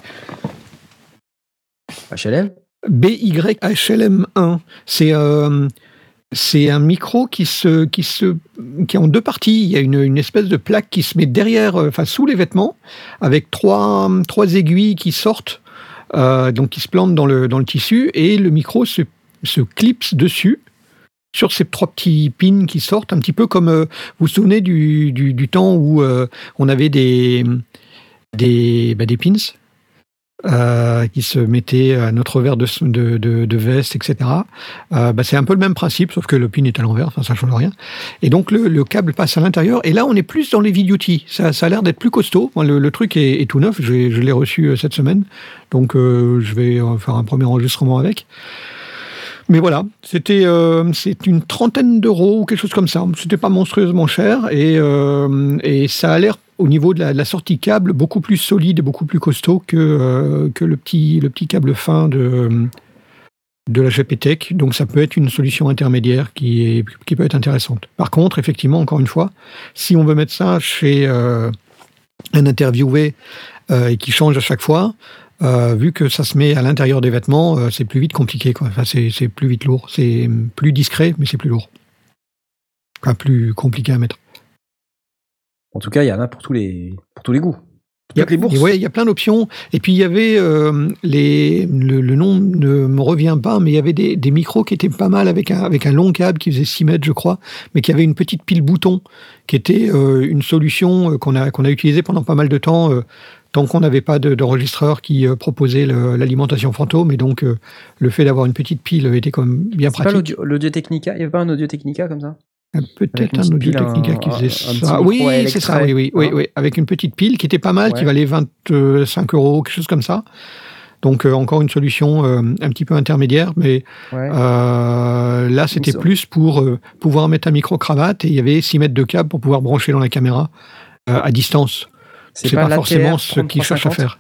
H L M B Y H L M un. C'est. Euh, C'est un micro qui se, qui se, qui est en deux parties. Il y a une, une espèce de plaque qui se met derrière, enfin sous les vêtements, avec trois, trois aiguilles qui sortent, euh, donc qui se plantent dans le, dans le tissu, et le micro se, se clipse dessus sur ces trois petits pins qui sortent, un petit peu comme euh, vous vous souvenez du, du, du temps où euh, on avait des, des, bah, des pins. Euh, qui se mettait à notre verre de, de, de, de veste, et cetera. Euh, bah c'est un peu le même principe, sauf que le pin est à l'envers, enfin ça change rien. Et donc le, le câble passe à l'intérieur, et là on est plus dans les V-Duty. Ça, ça a l'air d'être plus costaud. Moi, le, le truc est, est tout neuf, je, je l'ai reçu cette semaine, donc euh, je vais faire un premier enregistrement avec. Mais voilà, c'était euh, c'est une trentaine d'euros ou quelque chose comme ça. C'était pas monstrueusement cher, et, euh, et ça a l'air au niveau de la, de la sortie câble beaucoup plus solide et beaucoup plus costaud que, euh, que le, petit, le petit câble fin de, de la G P Tech. Donc ça peut être une solution intermédiaire qui, est, qui peut être intéressante. Par contre, effectivement, encore une fois, si on veut mettre ça chez euh, un interviewé euh, et qui change à chaque fois, euh, vu que ça se met à l'intérieur des vêtements, euh, c'est plus vite compliqué, quoi. Enfin, c'est, c'est plus vite lourd. C'est plus discret, mais c'est plus lourd. Enfin, plus compliqué à mettre. En tout cas, il y en a pour tous les, pour tous les goûts. Il y a, les ouais, il y a plein d'options. Et puis, il y avait euh, les, le, le nom ne me revient pas, mais il y avait des, des micros qui étaient pas mal avec un, avec un long câble qui faisait six mètres, je crois, mais qui avait une petite pile bouton, qui était euh, une solution qu'on a, qu'on a utilisée pendant pas mal de temps, euh, tant qu'on n'avait pas de, d'enregistreur qui euh, proposait le, l'alimentation fantôme. Et donc, euh, le fait d'avoir une petite pile était quand même bien C'est pratique. C'est pas l'audio, l'Audio Technica? Il n'y avait pas un Audio Technica comme ça? Peut-être un Audio Technica qui faisait ça. Oui, c'est ça, oui, oui, oui, oui, avec une petite pile qui était pas mal, ouais. Qui valait vingt-cinq euros, quelque chose comme ça. Donc, euh, encore une solution euh, un petit peu intermédiaire, mais ouais. euh, là, c'était ça. Plus pour euh, pouvoir mettre un micro-cravate et il y avait six mètres de câble pour pouvoir brancher dans la caméra euh, à distance. C'est, c'est pas, pas forcément ce qu'ils cherchent à faire.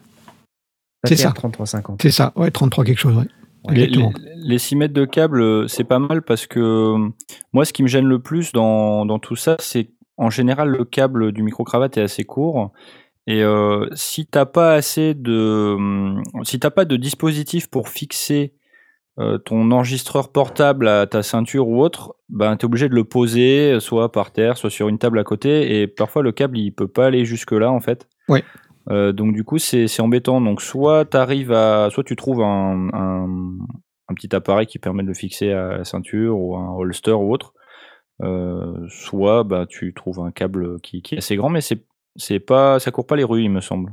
C'est ça. trente-trois cinquante. C'est ça, ouais, trente-trois quelque chose, ouais. Ouais, les, les six mètres de câble, c'est pas mal parce que moi, ce qui me gêne le plus dans, dans tout ça, c'est en général le câble du micro-cravate est assez court. Et euh, si t'as pas assez de, si t'as pas de dispositif pour fixer euh, ton enregistreur portable à ta ceinture ou autre, ben t'es obligé de le poser soit par terre, soit sur une table à côté. Et parfois le câble il peut pas aller jusque là en fait. Ouais. Euh, donc du coup c'est c'est embêtant. Donc soit t'arrives à, soit tu trouves un, un un petit appareil qui permet de le fixer à la ceinture ou un holster ou autre. Euh, soit bah tu trouves un câble qui qui est assez grand, mais c'est c'est pas, ça court pas les rues, il me semble.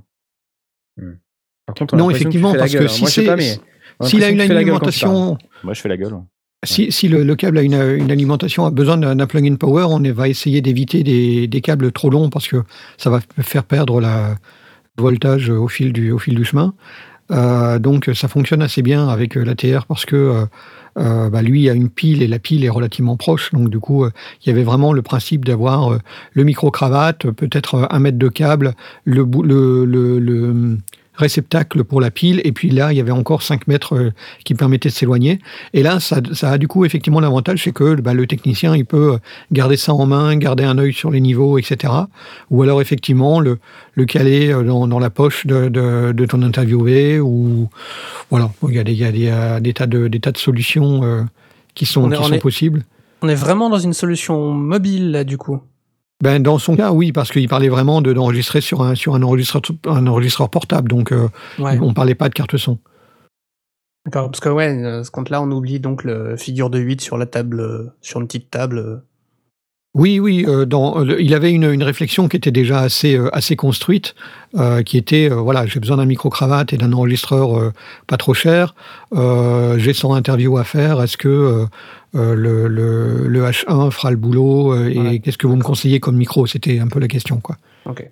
Hmm. Par contre, on non, effectivement, que parce que si c'est, mais s'il a une alimentation, moi je fais la gueule. Si, si le, le câble a une, une alimentation, a besoin d'un, d'un plug-in power, on va essayer d'éviter des, des câbles trop longs parce que ça va faire perdre la, le voltage au fil du, au fil du chemin. Euh, donc ça fonctionne assez bien avec l'A T R parce que euh, euh, bah, lui a une pile et la pile est relativement proche. Donc du coup, euh, il y avait vraiment le principe d'avoir euh, le micro-cravate, peut-être un mètre de câble, le, le, le, le réceptacle pour la pile, et puis là, il y avait encore cinq mètres euh, qui permettaient de s'éloigner. Et là, ça, ça a du coup effectivement l'avantage, c'est que bah, le technicien, il peut garder ça en main, garder un œil sur les niveaux, et cetera. Ou alors effectivement, le, le caler dans, dans la poche de, de, de ton interviewé, ou voilà, il y a des, il y a des, euh, des, tas, de, des tas de solutions euh, qui sont, est, qui sont est, possibles. On est vraiment dans une solution mobile, là, du coup. Ben, dans son cas, oui, parce qu'il parlait vraiment de, d'enregistrer sur un, sur un enregistreur, un enregistreur portable, donc euh, ouais. On ne parlait pas de carte son. D'accord, parce que ouais, à ce compte-là, on oublie donc le figure de huit sur la table, sur une petite table. Oui, oui, euh, dans, euh, il avait une, une réflexion qui était déjà assez, euh, assez construite, euh, qui était, euh, voilà, j'ai besoin d'un micro-cravate et d'un enregistreur euh, pas trop cher, euh, j'ai cent interviews à faire, est-ce que euh, euh, le, le, le H un fera le boulot, euh, et ouais, qu'est-ce que vous me conseillez comme micro? C'était un peu la question, quoi. Ok.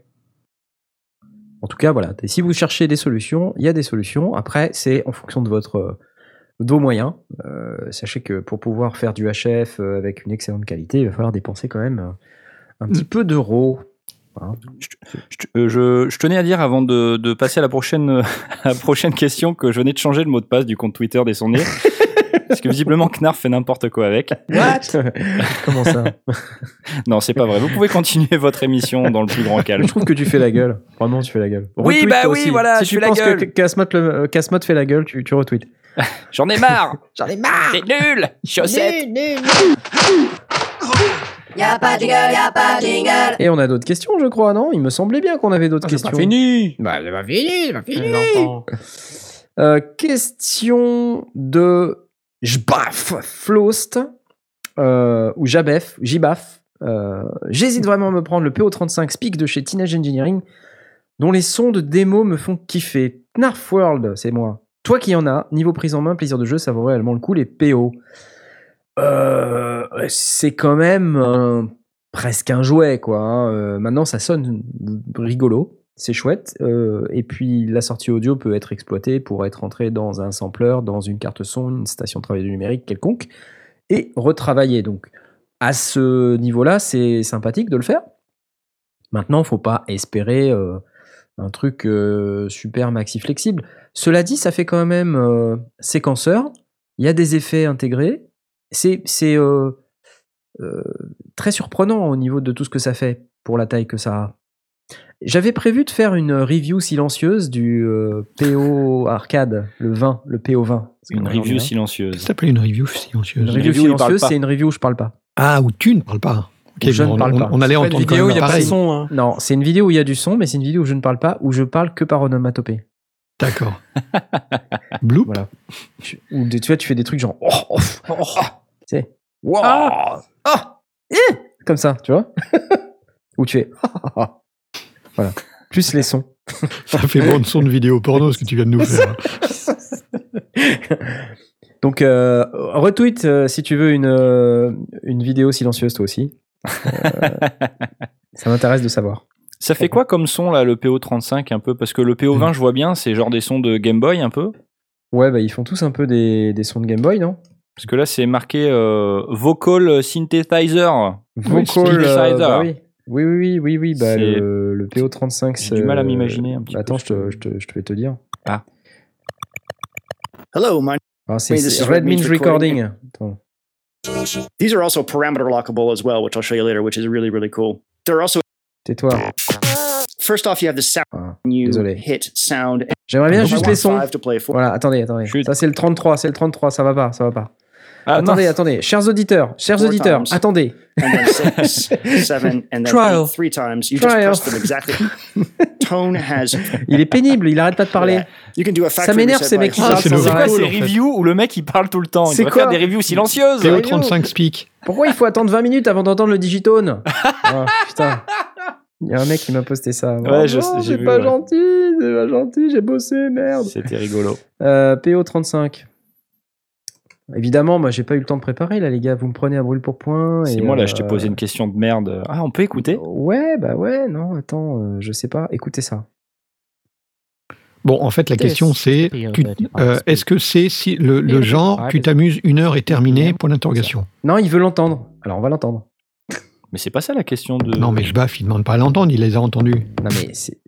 En tout cas, voilà, si vous cherchez des solutions, il y a des solutions, après, c'est en fonction de votre... Euh, de vos moyens. Euh, sachez que pour pouvoir faire du H F euh, avec une excellente qualité, il va falloir dépenser quand même un, un petit mmh. peu d'euros. Hein. Je, je, je, je tenais à dire avant de, de passer à la prochaine, à la prochaine question que je venais de changer le mot de passe du compte Twitter des sondiers. Parce que visiblement Knarf fait n'importe quoi avec. What? Comment ça? Non, c'est pas vrai. Vous pouvez continuer votre émission dans le plus grand calme. Je trouve que tu fais la gueule. Vraiment, tu fais la gueule. Oui, retweet, bah oui, aussi. Voilà, si je tu fais la penses gueule. que Casse-Motte, le, Casse-Motte fait la gueule, tu, tu retweets. J'en ai marre. J'en ai marre. C'est nul. Chaussette. Nul, nul, nul. Y'a pas de jingle, y'a pas de jingle. Et on a d'autres questions, je crois, non? Il me semblait bien qu'on avait d'autres ah, questions. C'est pas fini. Bah, c'est pas fini, c'est pas fini. Euh, question de Jbaf Flost, euh, ou Jabef, Jibaf. Euh, j'hésite vraiment à me prendre le P O trente-cinq Speak de chez Teenage Engineering, dont les sons de démo me font kiffer. Knarf World, c'est moi. Toi qui en as, niveau prise en main, plaisir de jeu, ça vaut réellement le coup, les P O. Euh, c'est quand même euh, presque un jouet, quoi. Hein. Euh, maintenant, ça sonne rigolo, c'est chouette. Euh, et puis, la sortie audio peut être exploitée pour être entrée dans un sampler, dans une carte son, une station de travail du numérique quelconque, et retravaillée. Donc, à ce niveau-là, c'est sympathique de le faire. Maintenant, il ne faut pas espérer euh, un truc euh, super maxi flexible. Cela dit, ça fait quand même euh, séquenceur. Il y a des effets intégrés. C'est, c'est euh, euh, très surprenant au niveau de tout ce que ça fait pour la taille que ça a. J'avais prévu de faire une review silencieuse du euh, P O Arcade, le vingt, le P O vingt. Une review bien. silencieuse. Ça s'appelle une review silencieuse. Une review, review silencieuse, c'est une review où je parle pas. Ah, où tu ne parles pas. Okay, je bon, ne parle on, pas. On allait c'est entendre une vidéo où il n'y a pas de son. son. Hein. Non, c'est une vidéo où il y a du son, mais c'est une vidéo où je ne parle pas, où je parle que par onomatopée. D'accord. Bloop. Voilà. Tu, ou tu vois, tu fais des trucs genre. Oh, oh, oh, oh. Tu sais. Wow. Ah, ah, eh, comme ça, tu vois. Ou tu fais. Voilà. Plus les sons. Ça fait bande son de vidéo porno ce que tu viens de nous faire. Donc, euh, retweet euh, si tu veux une, euh, une vidéo silencieuse, toi aussi. Euh, ça m'intéresse de savoir. Ça fait quoi comme son, là, le P O trente-cinq, un peu? Parce que le P O vingt, je vois bien, c'est genre des sons de Game Boy, un peu. Ouais, bah, ils font tous un peu des, des sons de Game Boy, non? Parce que là, c'est marqué euh, Vocal Synthesizer. Vocal, euh, bah oui. Oui, oui, oui, oui, oui. Bah, C'est- le, le P O trente-cinq, J'ai c'est... du mal à m'imaginer un petit Attends, peu je te, je, te, je te vais te dire. Ah. Hello, my Ah, c'est Wait, this c'est is Red Means Means Recording. Recording. Attends. these are also parameter lockable as well, which I'll show you later, which is really, really cool. They're also Tais-toi. first off, you have the sound Ah, you désolé. hit sound. J'aimerais bien I juste want les sons. five to play four. Voilà, attendez, attendez. Chut. Ça, c'est le trente-trois, c'est le trente-trois, ça va pas, ça va pas. Ah, attendez, mince. attendez. Chers auditeurs, chers Four auditeurs, times. attendez. And then six, seven, and then Trial. eight, three times. You Trial. just press them exactly. Tone has. Il est pénible, il arrête pas de parler. Yeah. You can do a Ça factory m'énerve, reset ces by mecs qui hand. parlent c'est sans le C'est vrai arrêt. quoi cool, ces en fait. reviews où le mec il parle tout le temps? Il C'est devrait quoi faire des reviews silencieuses. P O trente-cinq Speak. Pourquoi il faut attendre vingt minutes avant d'entendre le digitone? Ah, putain. Il y a un mec qui m'a posté ça. Ouais, je non, sais, j'ai c'est vu, pas ouais. gentil, c'est pas gentil, j'ai bossé, merde. C'était rigolo. Euh, P O trente-cinq. Évidemment, moi j'ai pas eu le temps de préparer là, les gars. Vous me prenez à brûle pour point. C'est et, moi là, euh, je t'ai posé une question de merde. Ah, on peut écouter? Ouais, bah ouais, non, attends, euh, je sais pas. Écoutez ça. Bon, en fait, la question c'est, tu- euh, est-ce que c'est si le, le genre, tu t'amuses, une heure est terminée, point d'interrogation. Non, il veut l'entendre. Alors on va l'entendre. Mais c'est pas ça la question de. Non, mais je baffe, il demande pas à l'entendre, il les a entendus. Non mais c'est.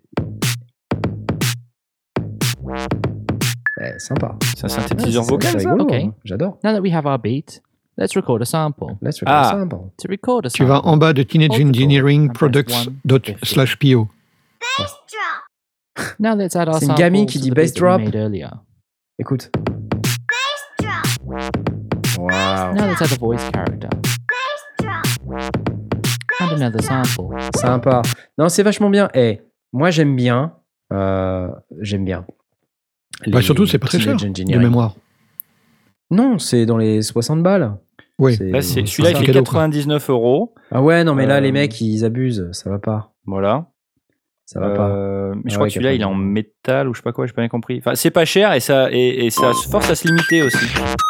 Ouais, sympa. C'est un synthétiseur C'est- vocal, c'est ça? rigolo, Ok. hein. J'adore. Now that we have our beat, let's record a sample. Let's Ah. record sample. To record a Tu sample, vas en bas de Teenage Hold the Engineering door and press Products one, dot fifty. slash P O. now let's add our C'est une sample gamine qui to dit the bass beat that we drop. made earlier. Écoute. Waouh. Now let's add a voice character. And another sample. Sympa. Non, c'est vachement bien. Eh, moi j'aime bien. euh, j'aime bien. Bah, Les surtout, c'est pas très cher, Teenage de Engineering. mémoire. Non, c'est dans les soixante balles. Oui. Là, c'est, c'est celui-là, il ça. fait cadeau, quoi. quatre-vingt-dix-neuf euros. Ah ouais, non, mais là, Euh, les mecs, ils abusent. Ça va pas. Voilà. Ça va pas. Euh, mais je Ah crois ouais, que celui-là, il est en quatre-vingt-dix. métal ou je sais pas quoi, j'ai pas bien compris. Enfin, c'est pas cher et ça, et, et ça se force à se limiter aussi.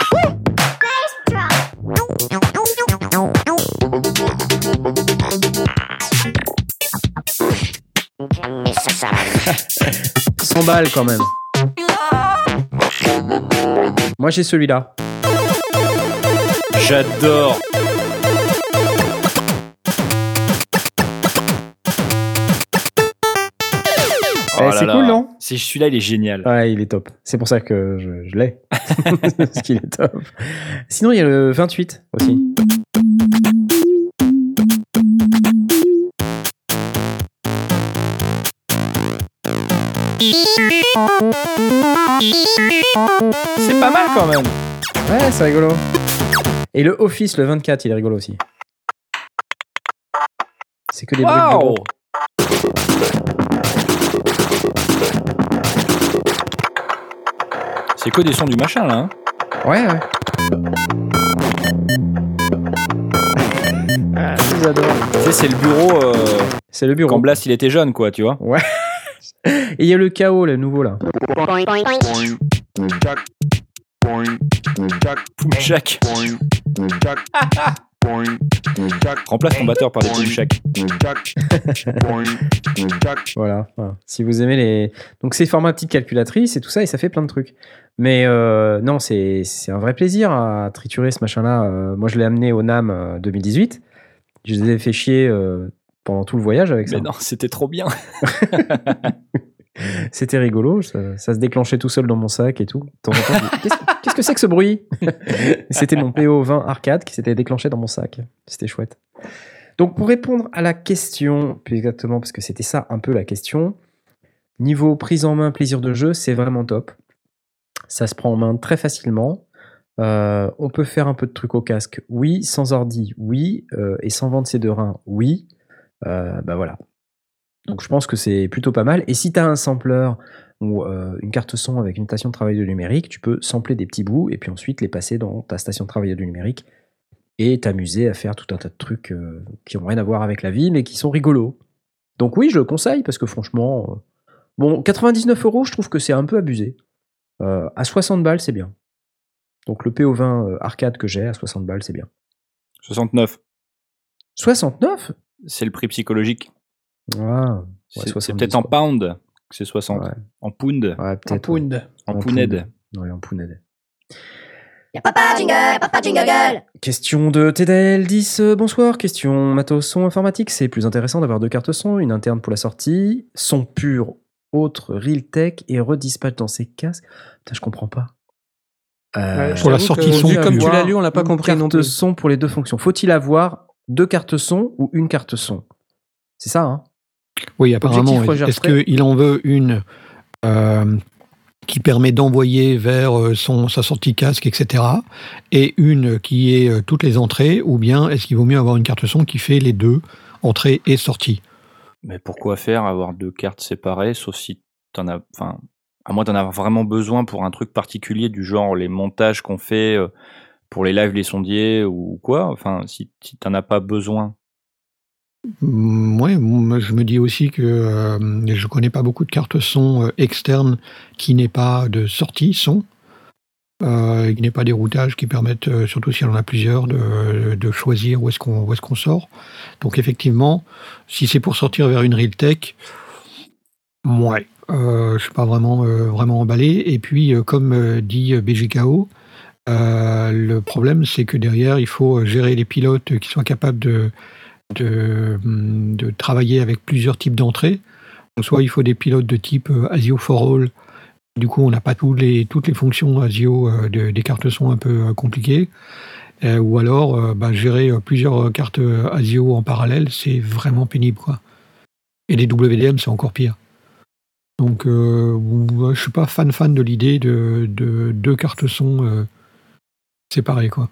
cent balles quand même. Moi, j'ai celui-là. J'adore. Eh, Oh là c'est là. cool, non? C'est, celui-là, il est génial. Ouais, il est top. C'est pour ça que je, je l'ai. Parce qu'il est top. Sinon, il y a le vingt-huit aussi. C'est pas mal quand même. Ouais, c'est rigolo. Et le Office, le vingt-quatre, il est rigolo aussi. C'est que des bruits de Waouh. bureau. C'est que des sons du machin là. Hein. Ouais, ouais. Ah, j'adore. Tu sais, c'est le bureau euh, C'est le bureau. quand Blast il était jeune, quoi, tu vois. Ouais. Et il y a le chaos, le nouveau là. Jack. Remplace ton batteur par des petits Jack. Voilà. Voilà. Si vous aimez les. Donc c'est format petite calculatrice et tout ça, et ça fait plein de trucs. Mais euh, non, c'est c'est un vrai plaisir à triturer ce machin-là. Euh, moi, je l'ai amené au NAMM euh, deux mille dix-huit. Je les ai fait chier euh, pendant tout le voyage avec ça. Mais non, c'était trop bien. C'était rigolo, ça, ça se déclenchait tout seul dans mon sac et tout. De temps en temps, je dis, Qu'est-ce qu'est-ce que c'est que ce bruit? C'était mon P O vingt arcade qui s'était déclenché dans mon sac. C'était chouette. Donc pour répondre à la question, plus exactement, parce que c'était ça un peu la question, niveau prise en main, plaisir de jeu, c'est vraiment top. Ça se prend en main très facilement. Euh, on peut faire un peu de trucs au casque, oui. Sans ordi, oui. Euh, et sans vendre ses deux reins, oui. Euh, bah voilà. Donc je pense que c'est plutôt pas mal. Et si tu as un sampler ou euh, une carte son avec une station de travail de numérique, tu peux sampler des petits bouts et puis ensuite les passer dans ta station de travail de numérique et t'amuser à faire tout un tas de trucs euh, qui n'ont rien à voir avec la vie mais qui sont rigolos. Donc oui, je le conseille parce que franchement, euh, bon, quatre-vingt-dix-neuf euros, je trouve que c'est un peu abusé. Euh, à soixante balles, c'est bien. Donc le P O vingt euh, arcade que j'ai à soixante balles, c'est bien. soixante-neuf. soixante-neuf ? C'est le prix psychologique. Ah, ouais, c'est, c'est peut-être en quoi. pound que c'est soixante. Ouais. En pound. Ouais, peut-être. En pound. Ouais. En, En pouned. Ouais, en pouned. Y'a papa jingle, papa jingle gueule. Question de T D L dix, euh, bonsoir. Question matos son informatique. C'est plus intéressant d'avoir deux cartes son, une interne pour la sortie, son pur, autre Realtek et redispatch dans ses casques. Putain, je comprends pas. Euh, Ouais, Pour la j'avoue sortie que, son vu comme tu pure. l'as lu, on l'a pas une compris non carte plus. son pour les deux fonctions. Faut-il avoir deux cartes son ou une carte son ? C'est ça, hein ? Oui, apparemment. Objectif recherché. Est-ce qu'il en veut une euh, qui permet d'envoyer vers euh, son, sa sortie casque, et cetera, et une qui est euh, toutes les entrées, ou bien est-ce qu'il vaut mieux avoir une carte son qui fait les deux, entrée et sortie ? Mais pourquoi faire avoir deux cartes séparées, sauf si t'en as, enfin, à moins d'en avoir vraiment besoin pour un truc particulier du genre les montages qu'on fait euh, pour les lives, les sondiers ou quoi. Enfin, si, si t'en as pas besoin. Mm, ouais, moi, je me dis aussi que euh, je connais pas beaucoup de cartes son euh, externes qui n'aient pas de sortie son, euh, qui n'aient pas des routages qui permettent, euh, surtout si on en a plusieurs, de, de choisir où est-ce qu'on où est-ce qu'on sort. Donc effectivement, si c'est pour sortir vers une Realtek, ouais, euh, je suis pas vraiment euh, vraiment emballé. Et puis, euh, comme euh, dit B J K O, euh, le problème c'est que derrière, il faut gérer les pilotes qui soient capables de De, de travailler avec plusieurs types d'entrées. Donc, soit il faut des pilotes de type euh, ASIO for All, du coup on n'a pas tous les, toutes les fonctions ASIO euh, de, des cartes son un peu euh, compliquées, euh, ou alors euh, bah, gérer euh, plusieurs cartes euh, ASIO en parallèle, c'est vraiment pénible, quoi. Et les W D M, c'est encore pire. Donc euh, ouais, je suis pas fan fan de l'idée de, de deux cartes son euh, séparées, quoi.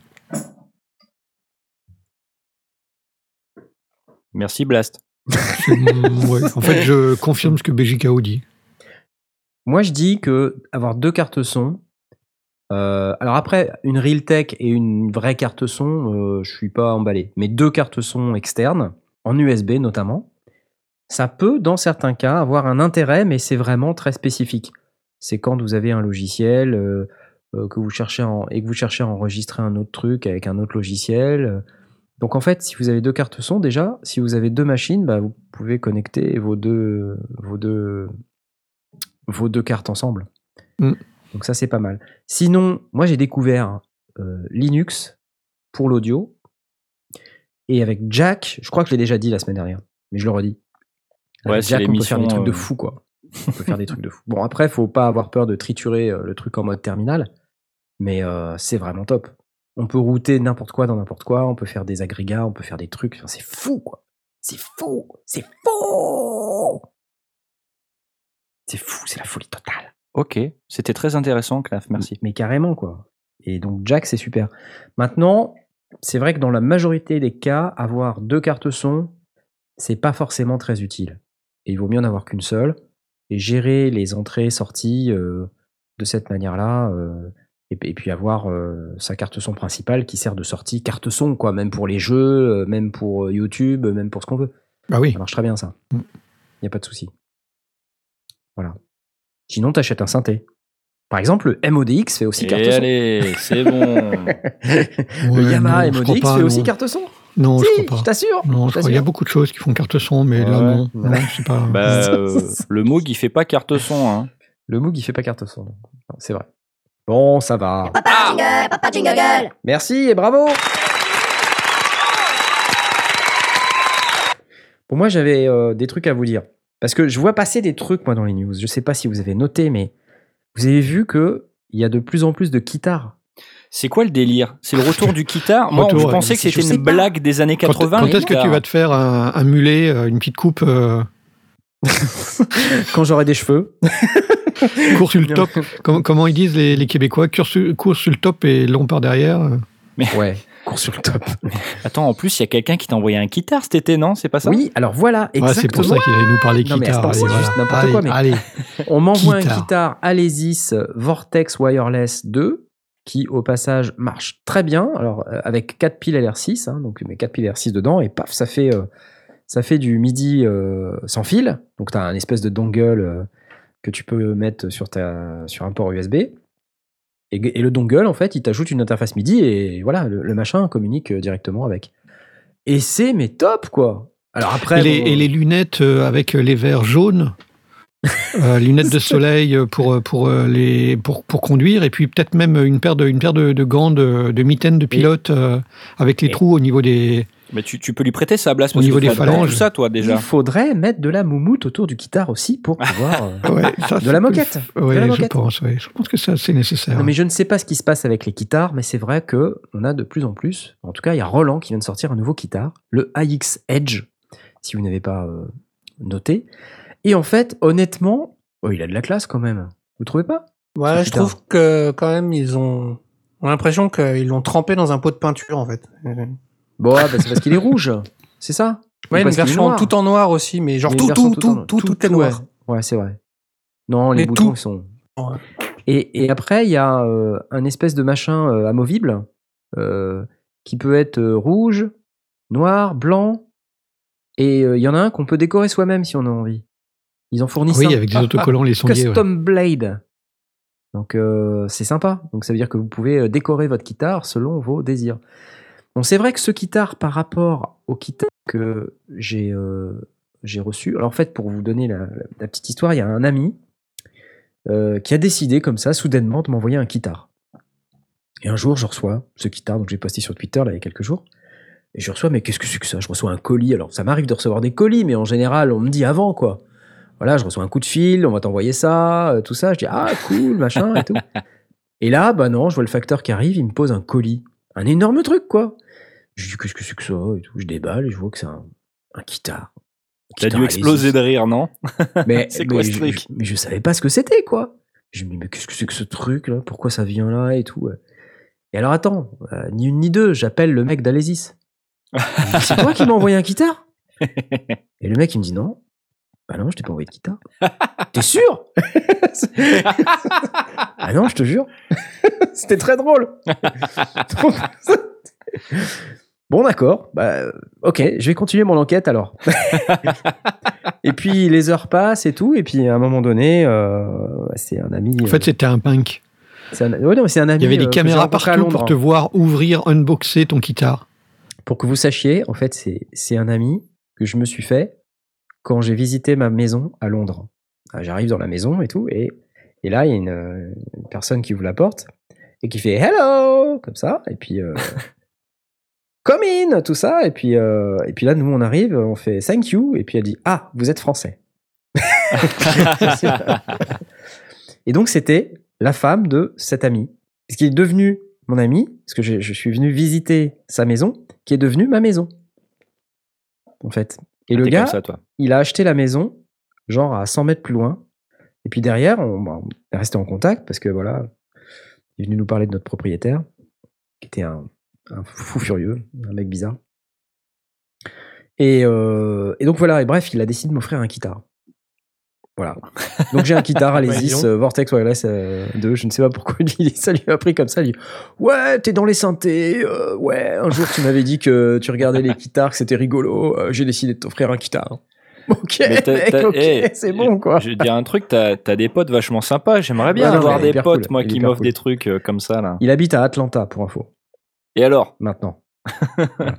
Merci Blast. Mm, ouais. En fait, je confirme ce que B J K O dit. Moi, je dis que avoir deux cartes son. Euh, alors après, une Realtek et une vraie carte son, euh, je suis pas emballé. Mais deux cartes son externes, en U S B notamment, ça peut, dans certains cas, avoir un intérêt, mais c'est vraiment très spécifique. C'est quand vous avez un logiciel euh, euh, que vous cherchez en, et que vous cherchez à enregistrer un autre truc avec un autre logiciel. euh. Donc en fait, si vous avez deux cartes son, déjà, si vous avez deux machines, bah, vous pouvez connecter vos deux, vos deux, vos deux cartes ensemble. Mm. Donc ça, c'est pas mal. Sinon, moi, j'ai découvert euh, Linux pour l'audio. Et avec Jack, je crois que je l'ai déjà dit la semaine dernière, mais je le redis. Avec Ouais, c'est Jack, on peut faire des l'émission, trucs de euh, fou, quoi. On peut faire des trucs de fou. Bon, après, faut pas avoir peur de triturer euh, le truc en mode terminal, mais euh, c'est vraiment top. On peut router n'importe quoi dans n'importe quoi, on peut faire des agrégats, on peut faire des trucs. Enfin, c'est fou, quoi. C'est fou, c'est fou. C'est fou, c'est la folie totale. Ok, c'était très intéressant, Claf, merci. Mais carrément, quoi. Et donc, Jack, c'est super. Maintenant, c'est vrai que dans la majorité des cas, avoir deux cartes son, c'est pas forcément très utile. Et il vaut mieux en avoir qu'une seule. Et gérer les entrées, sorties euh, de cette manière-là. Euh, et, et puis avoir euh, sa carte son principale qui sert de sortie carte son, quoi. Même pour les jeux, euh, même pour euh, YouTube, même pour ce qu'on veut. Bah oui. Ça marche très bien, ça. Il Mm. n'y a pas de souci. Voilà. Sinon, t'achètes un synthé. Par exemple, le M O D X fait aussi Et carte son. allez, c'est bon. Le Ouais, Yamaha non, je M O D crois X pas, fait non. aussi carte son. Non, Si, je crois je pas. t'assure. Non, je crois. Il y a beaucoup de choses qui font carte son, mais là, Ouais. non. Non, c'est pas. Bah, euh, le Moog, il fait pas carte son, hein. Le Moog, il fait pas carte son. donc. Non, c'est vrai. Bon, ça va. Papa jingle, papa jingle gueule. Merci et bravo. Pour moi, j'avais euh, des trucs à vous dire. Parce que je vois passer des trucs, moi, dans les news. Je sais pas si vous avez noté, mais vous avez vu que il y a de plus en plus de guitares. C'est quoi le délire? C'est le retour du guitare? Moi, Retour, je ouais. pensais que Je c'était sais une pas. blague des années Quand, quatre-vingts. quand les est-ce que tu guitares. vas te faire un, un mulet, euh, une petite coupe euh, Quand j'aurai des cheveux. court sur le top Comment, comment ils disent les, les Québécois, court sur, court sur le top et long par derrière euh. Ouais, cours sur le top. Attends, en plus, il y a quelqu'un qui t'a envoyé un guitare cet été, non? C'est pas ça? Oui, alors voilà, Ouais, exactement. c'est pour ça qu'il allait nous parler Non, mais guitare. attends, c'est Allez, juste voilà. n'importe Allez, quoi, mais- allez. On m'envoie Guitare. une guitare Alesis Vortex Wireless deux qui, au passage, marche très bien. Alors, euh, avec quatre piles L R six, hein, donc mes quatre piles L R six dedans, et paf, ça fait, euh, ça fait du MIDI euh, sans fil. Donc, tu as un espèce de dongle euh, que tu peux mettre sur, ta, sur un port U S B. Et, et le dongle, en fait, il t'ajoute une interface MIDI et voilà, le, le machin communique directement avec. Et c'est mais top, quoi. Alors après, et, les, bon, et les lunettes euh, avec les verres jaunes, euh, lunettes de soleil pour pour les pour pour conduire, et puis peut-être même une paire de une paire de, de gants de, de mitaines de pilote euh, avec les et, trous au niveau des. Mais tu, tu peux lui prêter ça, Blas, au niveau des phalanges. Tout ça, toi, déjà. Il faudrait mettre de la moumoute autour du guitare aussi pour pouvoir euh, ouais, ça, de la moquette. Oui, je moquette. pense. Ouais. Je pense que ça, c'est nécessaire. Non, mais je ne sais pas ce qui se passe avec les guitares, mais c'est vrai que on a de plus en plus. En tout cas, il y a Roland qui vient de sortir un nouveau guitare, le A X Edge, si vous n'avez pas euh, noté. Et en fait, honnêtement, oh, il a de la classe quand même. Vous trouvez pas? Ouais, je trouve que quand même ils ont, on a l'impression qu'ils l'ont trempé dans un pot de peinture en fait. Bon, ouais, bah, c'est parce qu'il est rouge, c'est ça. Ouais, une version tout en noir aussi, mais genre mais tout, tout, tout, tout, tout, tout, tout est noir. Ouais, ouais c'est vrai. Non, les, les boutons tout. sont. Ouais. Et, et après, il y a euh, un espèce de machin euh, amovible euh, qui peut être euh, rouge, noir, blanc, et il euh, y en a un qu'on peut décorer soi-même si on a envie. Ils en fournissent oui, un. Oui, avec des autocollants, les sondiers. Custom ouais. Blade. Donc euh, c'est sympa. Donc ça veut dire que vous pouvez décorer votre guitare selon vos désirs. Bon, c'est vrai que ce guitare, par rapport au guitare que j'ai euh, j'ai reçu, alors en fait, pour vous donner la, la, la petite histoire, il y a un ami euh, qui a décidé comme ça, soudainement, de m'envoyer un guitare. Et un jour, je reçois ce guitare, donc j'ai posté sur Twitter là, il y a quelques jours, et je reçois, mais qu'est-ce que c'est que ça? Je reçois un colis. Alors ça m'arrive de recevoir des colis, mais en général, on me dit avant, quoi. Voilà, je reçois un coup de fil, on va t'envoyer ça, euh, tout ça. Je dis, ah, cool, machin, et tout. Et là, bah non, je vois le facteur qui arrive, il me pose un colis. Un énorme truc, quoi. Je dis, qu'est-ce que c'est que ça et tout. Je déballe et je vois que c'est un, un guitare. T'as dû exploser de rire, non? Mais, c'est mais quoi je, ce truc? je, mais je savais pas ce que c'était, quoi. Je me dis, mais qu'est-ce que c'est que ce truc, là? Pourquoi ça vient là et tout? Et alors, attends, euh, ni une ni deux, j'appelle le mec d'Alésis. C'est toi qui m'as envoyé un guitare? Et le mec, il me dit, non. Bah non, je t'ai pas envoyé de guitare. T'es sûr? Ah non, je te jure. C'était très drôle. Donc, bon, d'accord. Bah, ok, je vais continuer mon enquête alors. Et puis les heures passent et tout, et puis à un moment donné, euh, c'est un ami. En fait, euh, c'était un punk. C'est un, ouais, non, c'est un ami. Il y avait des euh, caméras partout pour te voir ouvrir, unboxer ton guitare. Pour que vous sachiez, en fait, c'est, c'est un ami que je me suis fait quand j'ai visité ma maison à Londres. J'arrive dans la maison et tout, et, et là, il y a une, une personne qui ouvre la porte et qui fait « Hello !» comme ça, et puis euh, « Come in !» tout ça, et puis, euh, et puis là, nous, on arrive, on fait « Thank you !» et puis elle dit « Ah, vous êtes français !» Et donc, c'était la femme de cet ami, ce qui est devenu mon ami, parce que je, je suis venu visiter sa maison, qui est devenue ma maison, en fait. Et le T'es gars, ça, toi. il a acheté la maison, genre à cent mètres plus loin. Et puis derrière, on, on est resté en contact parce que voilà, il est venu nous parler de notre propriétaire, qui était un, un fou furieux, un mec bizarre. Et, euh, et donc voilà, et bref, il a décidé de m'offrir un guitare. Voilà. Donc j'ai un guitare Alesis euh, Vortex Wireless euh, deux, je ne sais pas pourquoi il, ça lui a pris comme ça. Il dit ouais, t'es dans les synthés, euh, ouais, un jour tu m'avais dit que tu regardais les guitares, que c'était rigolo, euh, j'ai décidé de t'offrir un guitare. Ok, t'as, mec, t'as, ok, hey, c'est bon quoi. Je vais te dire un truc, t'as, t'as des potes vachement sympas, j'aimerais bien ouais, non, avoir des potes, cool. moi, il qui m'offrent cool. des trucs euh, comme ça là. Il habite à Atlanta pour info. Et alors? Maintenant. Voilà.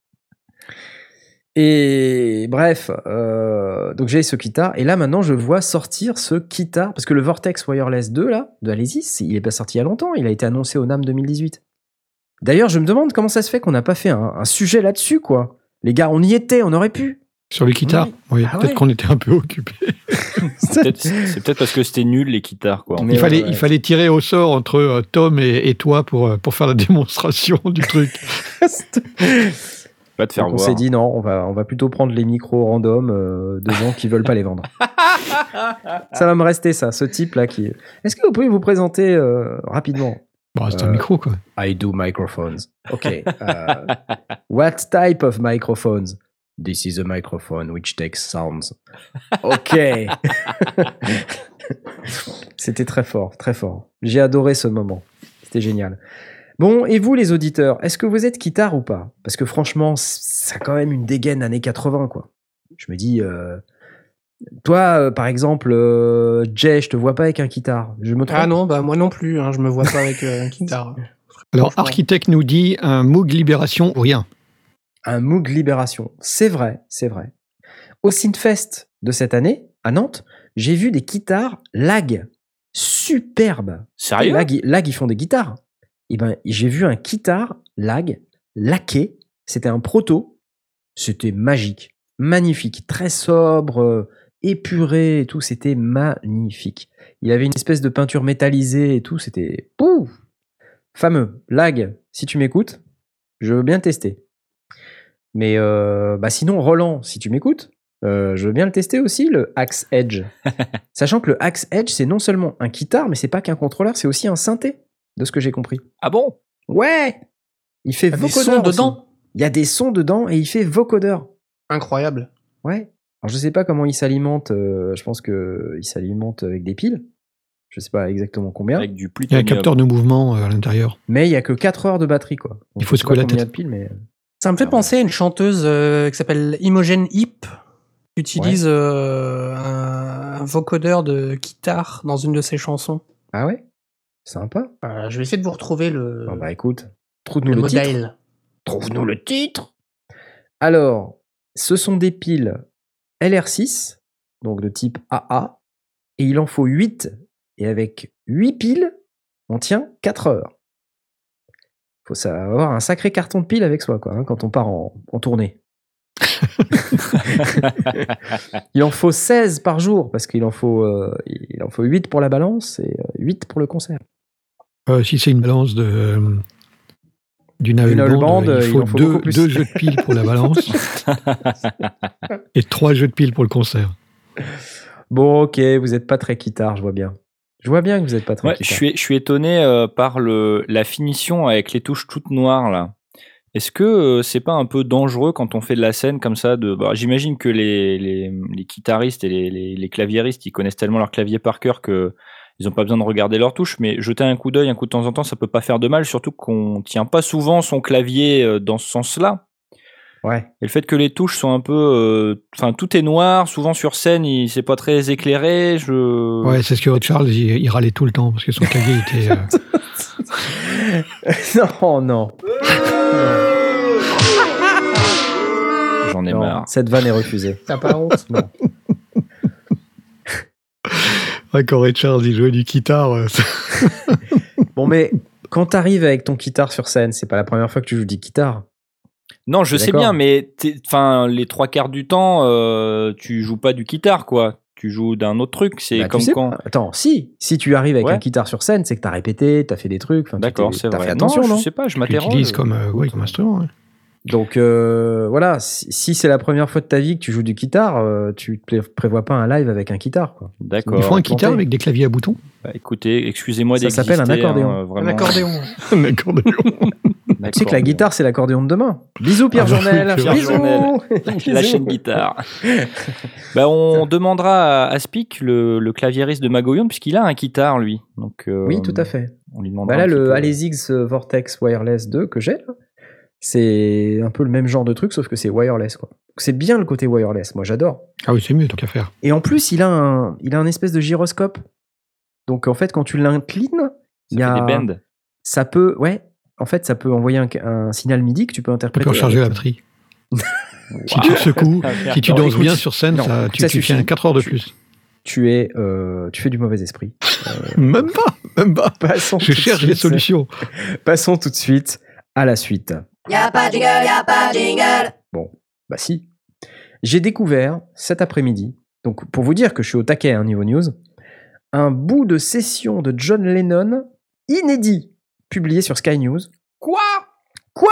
Et bref, euh, donc j'ai ce guitare, et là maintenant je vois sortir ce guitare, parce que le Vortex Wireless deux là, de Alesis, il est pas sorti il y a longtemps, il a été annoncé au NAMM deux mille dix-huit. D'ailleurs, je me demande comment ça se fait qu'on n'a pas fait un, un sujet là-dessus, quoi. Les gars, on y était, on aurait pu. Sur les guitares? Oui, oui ah peut-être ouais. qu'on était un peu occupés. c'est, peut-être, c'est peut-être parce que c'était nul les guitares, quoi. Il fallait, ouais, ouais. il fallait tirer au sort entre euh, Tom et, et toi pour, euh, pour faire la démonstration du truc. Va te faire Donc voir. On s'est dit non, on va, on va plutôt prendre les micros random euh, de gens qui veulent pas les vendre. Ça va me rester ça, ce type là qui. Est-ce que vous pouvez vous présenter euh, rapidement? Bon, c'est euh, un micro quoi. I do microphones. Ok. Uh, what type of microphones? This is a microphone which takes sounds. Ok. C'était très fort, très fort. J'ai adoré ce moment. C'était génial. Bon, et vous les auditeurs, est-ce que vous êtes guitare ou pas? Parce que franchement, ça a quand même une dégaine années quatre-vingts, quoi. Je me dis, euh, Toi, euh, par exemple, euh, Jay, je te vois pas avec un guitare. Je me trompe. Ah non, bah moi non plus, hein, je me vois pas avec euh, un guitare. Alors, Franchement. Architect nous dit un Moog Libération ou rien. Un Moog Libération. C'est vrai, c'est vrai. Au Synthfest de cette année, à Nantes, j'ai vu des guitares lag. Superbes. Sérieux? Lag, lag, ils font des guitares. Et ben, j'ai vu un guitare lag, laqué. C'était un proto. C'était magique. Magnifique. Très sobre, euh, épuré et tout. C'était magnifique. Il avait une espèce de peinture métallisée et tout. C'était pouf, fameux. Lag, si tu m'écoutes, je veux bien le tester. Mais euh, bah sinon, Roland, si tu m'écoutes, euh, je veux bien le tester aussi, le Axe Edge. Sachant que le Axe Edge, c'est non seulement un guitare, mais c'est pas qu'un contrôleur, c'est aussi un synthé, de ce que j'ai compris. Ah bon? Ouais. Il fait Il y a des vocodeur sons aussi. dedans. Il y a des sons dedans et il fait vocodeur. Incroyable. Ouais. Alors je sais pas comment il s'alimente. euh, je pense que il s'alimente avec des piles. Je sais pas exactement combien. Avec du Il y a un plutonium. capteur de mouvement euh, à l'intérieur. Mais il y a que quatre heures de batterie, quoi. Donc, Il faut je sais secouer pas la combien tête. de piles, mais Ça me fait Ah, penser à une chanteuse euh, qui s'appelle Imogen Heap, qui utilise euh, un, un vocodeur de guitare dans une de ses chansons. ah ouais, sympa. Euh, je vais essayer de vous retrouver le, Bon, bah écoute, trouve-nous le le, titre. modèle. Trouve-nous le titre. Alors, ce sont des piles L R six, donc de type A A, et il en faut huit. Et avec huit piles, on tient quatre heures. Faut ça- avoir un sacré carton de piles avec soi, quoi, hein, quand on part en, en tournée. Il en faut seize par jour, parce qu'il en faut, euh, il en faut huit pour la balance et euh, huit pour le concert. Euh, si c'est une balance de, euh, d'une D'une Hull Hull Band, Band, euh, il il faut en faut deux, beaucoup plus. deux jeux de piles pour la balance et trois jeux de piles pour le concert. Bon, ok, vous n'êtes pas très guitare, je vois bien. Je vois bien que vous n'êtes pas très Ouais, je guitare. suis, je suis étonné euh, par le, la finition avec les touches toutes noires là. Est-ce que euh, c'est pas un peu dangereux quand on fait de la scène comme ça de, bah, j'imagine que les, les, les guitaristes et les, les, les claviéristes, ils connaissent tellement leur clavier par cœur que ils ont pas besoin de regarder leurs touches, mais jeter un coup d'œil un coup de temps en temps, ça peut pas faire de mal, surtout qu'on tient pas souvent son clavier euh, dans ce sens-là. Ouais. Et le fait que les touches sont un peu, enfin euh, tout est noir, souvent sur scène, il c'est pas très éclairé. Je. Ouais, c'est ce que Charles il, il râlait tout le temps parce que son clavier était. Euh... non, non. J'en ai Non, marre. cette vanne est refusée. T'as pas honte? Non. Ouais, quand Ray Charles il jouait du guitare. Euh... Bon, mais quand t'arrives avec ton guitare sur scène, c'est pas la première fois que tu joues du guitare. Non, je sais D'accord. bien, mais enfin les trois quarts du temps, euh, tu joues pas du guitare, quoi. Tu joues d'un autre truc. C'est Bah, tu comme sais quand. pas. Attends, si, si tu arrives avec Ouais. un guitare sur scène, c'est que t'as répété, t'as fait des trucs. enfin, tu D'accord, t'es- c'est t'as vrai. fait attention, non, non, je sais pas, je Tu m'interroge. l'utilises comme, euh, ouais, comme instrument. Ouais. Donc euh, voilà, si, si c'est la première fois de ta vie que tu joues du guitare, euh, tu te pré- prévois pas un live avec un guitare, quoi. D'accord. Ils font un planté. guitare avec des claviers à boutons. Bah, écoutez, excusez-moi Ça d'exister. s'appelle un accordéon. hein, Un vraiment. accordéon. Un accordéon. Tu sais que la guitare, c'est l'accordéon de demain. Bisous Pierre Ah bah, Journel. Pierre Bisous. La Bisous. chaîne guitare. bah, on demandera à Aspic, le, le claviériste de Magoyon, puisqu'il a un guitare, lui. Donc, euh, Oui, tout à fait. On lui demandera. Bah là, un petit le peu. Alesix Vortex Wireless deux que j'ai, là, c'est un peu le même genre de truc, sauf que c'est wireless, quoi. Donc, c'est bien le côté wireless, moi j'adore. Ah oui, c'est mieux tant qu'à faire. Et en plus, il a un, il a un espèce de gyroscope. Donc en fait, quand tu l'inclines, il Ça y fait a, des bends. ça peut, ouais, en fait, ça peut envoyer un, un signal MIDI que tu peux Tu interpréter. peux recharger la avec- batterie. Si tu te secoues, si tu Non, danses écoute, bien sur scène, non, ça, écoute, tu, ça tu suffit. tiens quatre heures de Tu- plus. Tu es, euh, tu fais du mauvais esprit. Même pas, même pas. Passons Je tout de cherche suite- des solutions. Passons tout de suite à la suite. Y'a pas de jingle, y'a pas de jingle. Bah si. J'ai découvert cet après-midi, donc pour vous dire que je suis au taquet hein, niveau news, un bout de session de John Lennon inédit publié sur Sky News. Quoi? Quoi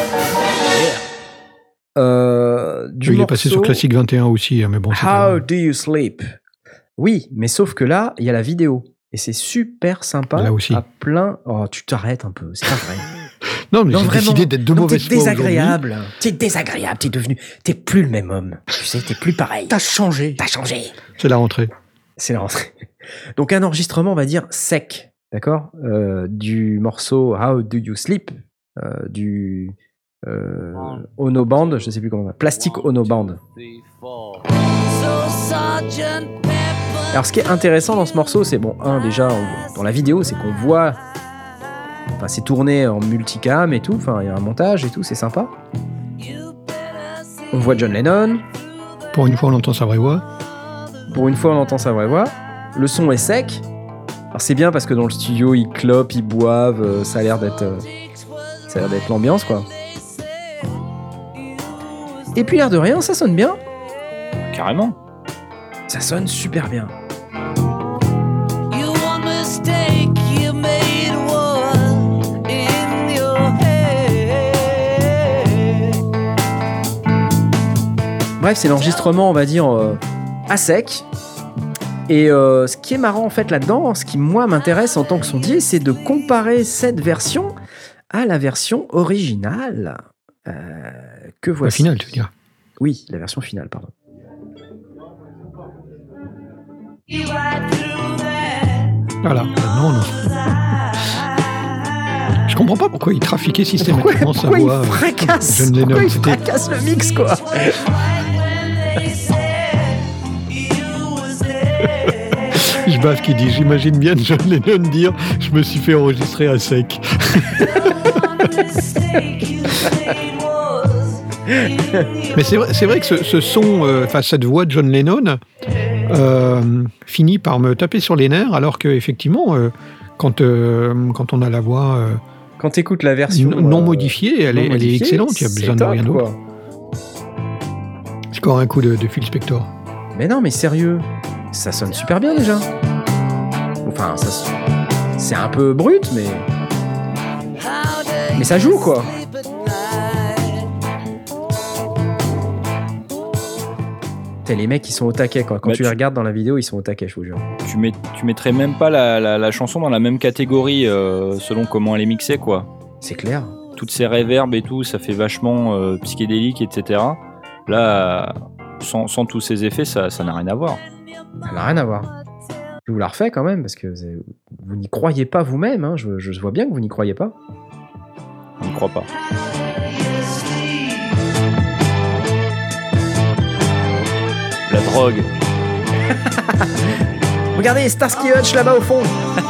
euh, du Il est passé sur morceau Classic vingt et un aussi, hein, mais bon. c'est pas How grave. do you sleep? Oui, mais sauf que là, il y a la vidéo. Et c'est super sympa. Là aussi. À plein. Oh, tu t'arrêtes un peu, c'est pas vrai. Non, mais Non, j'ai vraiment. décidé d'être de Non, mauvaise t'es foi aujourd'hui. désagréable. T'es désagréable. T'es devenu. T'es plus le même homme. Tu sais, t'es plus pareil. T'as changé. T'as changé. C'est la rentrée. C'est la rentrée. Donc un enregistrement, on va dire sec, d'accord, euh, du morceau How Do You Sleep, euh, du euh, Onoband, je sais plus comment on va. Plastic Onoband. Alors ce qui est intéressant dans ce morceau, c'est bon, un déjà on, dans la vidéo, c'est qu'on voit, enfin c'est tourné en multicam et tout, enfin il y a un montage et tout, c'est sympa. On voit John Lennon. Pour une fois, on entend sa vraie voix. Pour une fois, on entend sa vraie voix. Le son est sec. Alors c'est bien parce que dans le studio, ils clopent, ils boivent, euh, ça a l'air d'être, euh, ça a l'air d'être l'ambiance quoi. Et puis l'air de rien, ça sonne bien. Carrément. Ça sonne super bien. Bref, c'est l'enregistrement, on va dire, euh, à sec. Et euh, ce qui est marrant en fait là-dedans, ce qui moi m'intéresse en tant que sondier, c'est de comparer cette version à la version originale. Euh, que voici. La finale, tu veux dire? Oui, la version finale, pardon. Voilà, non, non. Je comprends pas pourquoi il trafiquait systématiquement pourquoi, pourquoi sa voix. Il fracasse, John Lennon, pourquoi il c'était... fracasse le mix, quoi. Je bave qui dit, j'imagine bien John Lennon dire, je me suis fait enregistrer à sec. Mais c'est vrai, c'est vrai que ce, ce son, enfin euh, cette voix de John Lennon, euh, finit par me taper sur les nerfs, alors que effectivement, euh, quand euh, quand on a la voix, euh, quand t'écoutes la version n- non euh, modifiée, elle, non est, modifiée, elle est excellente. Il y a besoin de rien d'autre. C'est encore un coup de, de Phil Spector. Mais non, mais sérieux, ça sonne super bien déjà. Enfin, ça, c'est un peu brut, mais mais ça joue quoi. T'as les mecs qui sont au taquet quoi. Quand bah, tu, tu les regardes dans la vidéo, ils sont au taquet, je vous jure. Tu, mets, tu mettrais même pas la, la, la chanson dans la même catégorie euh, selon comment elle est mixée quoi. C'est clair. Toutes ces réverbes et tout, ça fait vachement euh, psychédélique, et cetera. Là, sans, sans tous ces effets, ça, ça n'a rien à voir. Ça n'a rien à voir. Je vous la refais quand même parce que vous n'y croyez pas vous-même. Hein. Je, je vois bien que vous n'y croyez pas. On n'y croit pas. La drogue. Regardez Starsky Hutch là-bas au fond.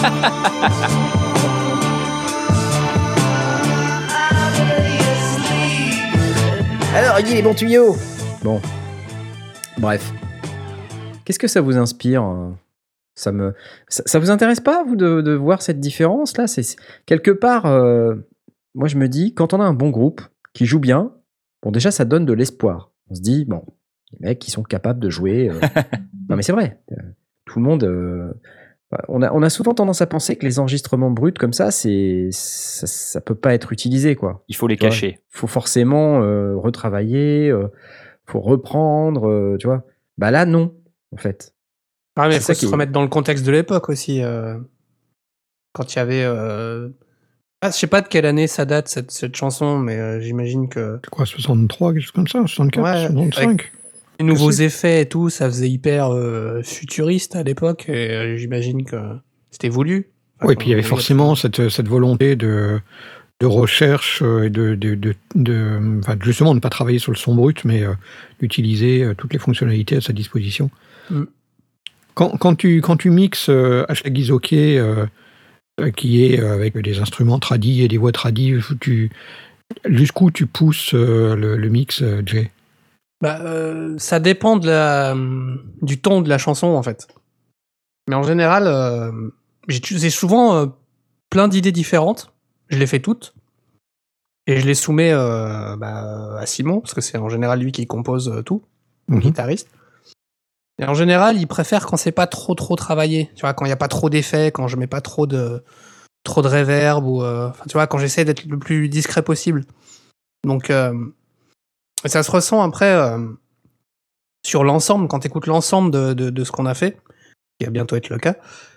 Alors, il dit les bons tuyaux. Bon. Bref. Qu'est-ce que ça vous inspire ? Ça me, ça, ça vous intéresse pas, vous, de, de voir cette différence-là ? C'est, c'est quelque part, euh, moi je me dis, quand on a un bon groupe qui joue bien, bon déjà ça donne de l'espoir. On se dit, bon, les mecs qui sont capables de jouer. Euh... non mais c'est vrai. Euh, tout le monde. Euh... On a, on a souvent tendance à penser que les enregistrements bruts comme ça, c'est, ça, ça peut pas être utilisé quoi. Il faut les tu cacher. Il faut forcément euh, retravailler, euh, faut reprendre, euh, tu vois. Bah là non, en fait. Ah mais il faut se remettre dans le contexte de l'époque aussi. Euh, quand il y avait... Euh... Ah, je sais pas de quelle année ça date, cette, cette chanson, mais euh, j'imagine que... C'est quoi, soixante-trois, quelque chose comme ça, soixante-quatre, ouais, soixante-cinq. Les nouveaux effets et tout, ça faisait hyper euh, futuriste à l'époque, et euh, j'imagine que c'était voulu. Enfin, oui, et puis il y avait forcément cette, cette volonté de, de recherche et de, de, de, de, enfin, justement de ne pas travailler sur le son brut, mais euh, d'utiliser euh, toutes les fonctionnalités à sa disposition. Mm. Quand, quand, tu, quand tu mixes euh, Ashley Gizoké, euh, qui est euh, avec des instruments tradis et des voix tradis, tu, jusqu'où tu pousses euh, le, le mix, euh, Jay ? Bah, euh, ça dépend de la, du ton de la chanson, en fait. Mais en général, euh, j'ai, j'ai souvent euh, plein d'idées différentes. Je les fais toutes. Et je les soumets euh, bah, à Simon, parce que c'est en général lui qui compose euh, tout, le mm-hmm. guitariste. Et en général, il préfère quand c'est pas trop trop travaillé. Tu vois, quand il y a pas trop d'effets, quand je mets pas trop de trop de reverb ou, euh, tu vois, quand j'essaie d'être le plus discret possible. Donc euh, ça se ressent après euh, sur l'ensemble, quand tu écoutes l'ensemble de, de, de ce qu'on a fait, qui va bientôt être le cas.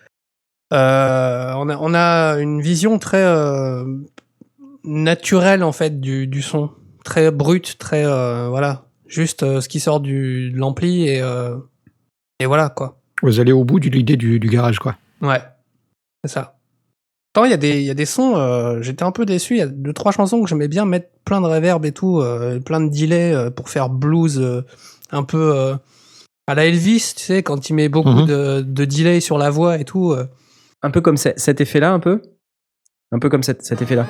Euh, on, a, on a une vision très euh, naturelle en fait du, du son, très brute, très euh, voilà, juste euh, ce qui sort du, de l'ampli et, euh, et voilà quoi. Vous allez au bout de l'idée du, du garage quoi. Ouais, c'est ça. Pourtant, il y a des, il y a des sons, euh, j'étais un peu déçu. Il y a deux, trois chansons que j'aimais bien mettre plein de reverb et tout, euh, plein de delay euh, pour faire blues euh, un peu euh, à la Elvis, tu sais, quand il met beaucoup Mhm. de, de delay sur la voix et tout. euh. Un peu comme ce- cet effet-là, un peu Un peu comme cet, cet effet-là.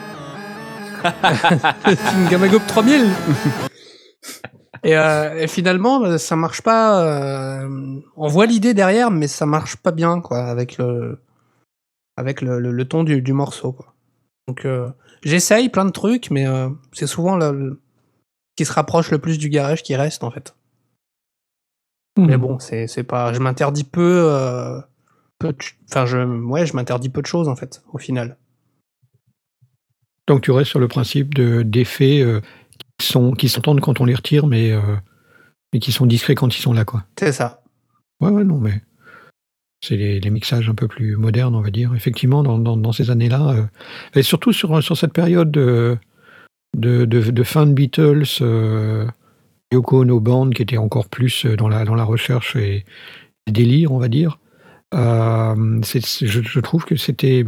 Film Gamagop trois mille. et, euh, et finalement, ça marche pas. euh, on voit l'idée derrière, mais ça marche pas bien, quoi, avec le, avec le, le, le ton du, du morceau, quoi. Donc, euh, j'essaye plein de trucs, mais euh, c'est souvent le, le- qui se rapproche le plus du garage qui reste, en fait. Mais bon, c'est, c'est pas. Je m'interdis peu. euh, peu de ch- Enfin, je, ouais, je m'interdis peu de choses, en fait, au final. Donc tu restes sur le principe de, d'effets euh, qui, sont, qui s'entendent quand on les retire, mais, euh, mais qui sont discrets quand ils sont là, quoi. C'est ça. Ouais, ouais, non, mais c'est les, les mixages un peu plus modernes, on va dire. Effectivement, dans, dans, dans ces années-là, euh, et surtout sur, sur cette période de, de, de, de fin de Beatles, euh, Yoko Ono Band, qui était encore plus dans la, dans la recherche et le délire, on va dire. Euh, c'est, c'est- je, je trouve que c'était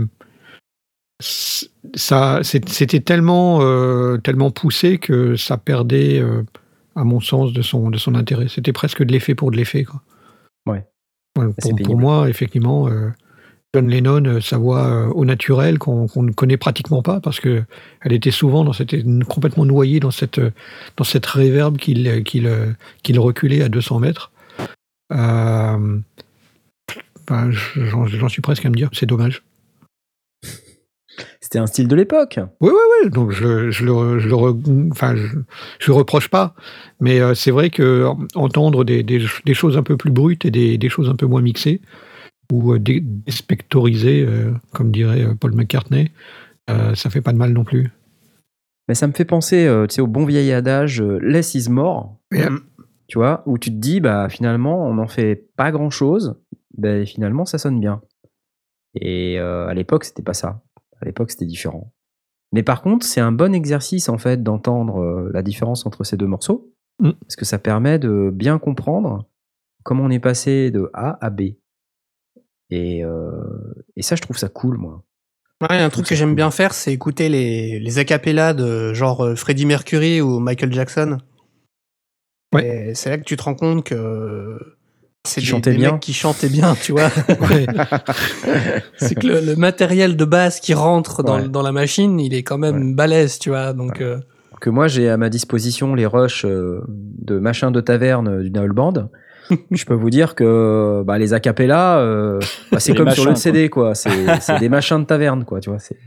ça, c'est- c'était tellement, euh, tellement poussé que ça perdait, euh, à mon sens, de son, de son intérêt. C'était presque de l'effet pour de l'effet, quoi. Ouais. Ouais, C'est pour, pour pénible. moi, effectivement, euh, John Lennon, euh, sa voix euh, au naturel qu'on qu'on ne connaît pratiquement pas parce que elle était souvent dans cette, complètement noyée dans cette, euh, dans cette reverb qu'il qu'il, euh, qu'il reculait à deux cents mètres. Euh, ben, j'en, j'en suis presque à me dire, c'est dommage. C'était un style de l'époque. Oui, oui, oui. Donc je, je le, je le, re- enfin, je, je reproche pas, mais euh, c'est vrai que entendre des, des, des choses un peu plus brutes et des, des choses un peu moins mixées ou euh, dé- déspectorisées, euh, comme dirait euh, Paul McCartney, euh, ça fait pas de mal non plus. Mais ça me fait penser, euh, tu sais, au bon vieil adage euh, less is more. Yeah. Mm. Tu vois, où tu te dis, bah finalement, on n'en fait pas grand-chose. Ben finalement, ça sonne bien. Et euh, à l'époque, c'était pas ça. À l'époque, c'était différent. Mais par contre, c'est un bon exercice en fait d'entendre euh, la différence entre ces deux morceaux, Mm. parce que ça permet de bien comprendre comment on est passé de A à B. Et, euh, et ça, je trouve ça cool, moi. Ouais, un truc que c'est j'aime cool. bien faire, c'est écouter les, les acapellas de genre euh, Freddie Mercury ou Michael Jackson. Ouais. Et c'est là que tu te rends compte que c'est Qui des, chantait des bien. mecs qui chantaient bien, tu vois. Ouais. C'est que le, le matériel de base qui rentre dans, Ouais. dans la machine, il est quand même balèze, tu vois. Donc, euh, Que moi, j'ai à ma disposition les rushs euh, de machin de taverne d'une Naul Band. Je peux vous dire que bah, les acapellas, euh, bah, c'est Les comme sur le machins, C D, quoi. C'est, c'est des machins de taverne, quoi. Tu vois. C'est...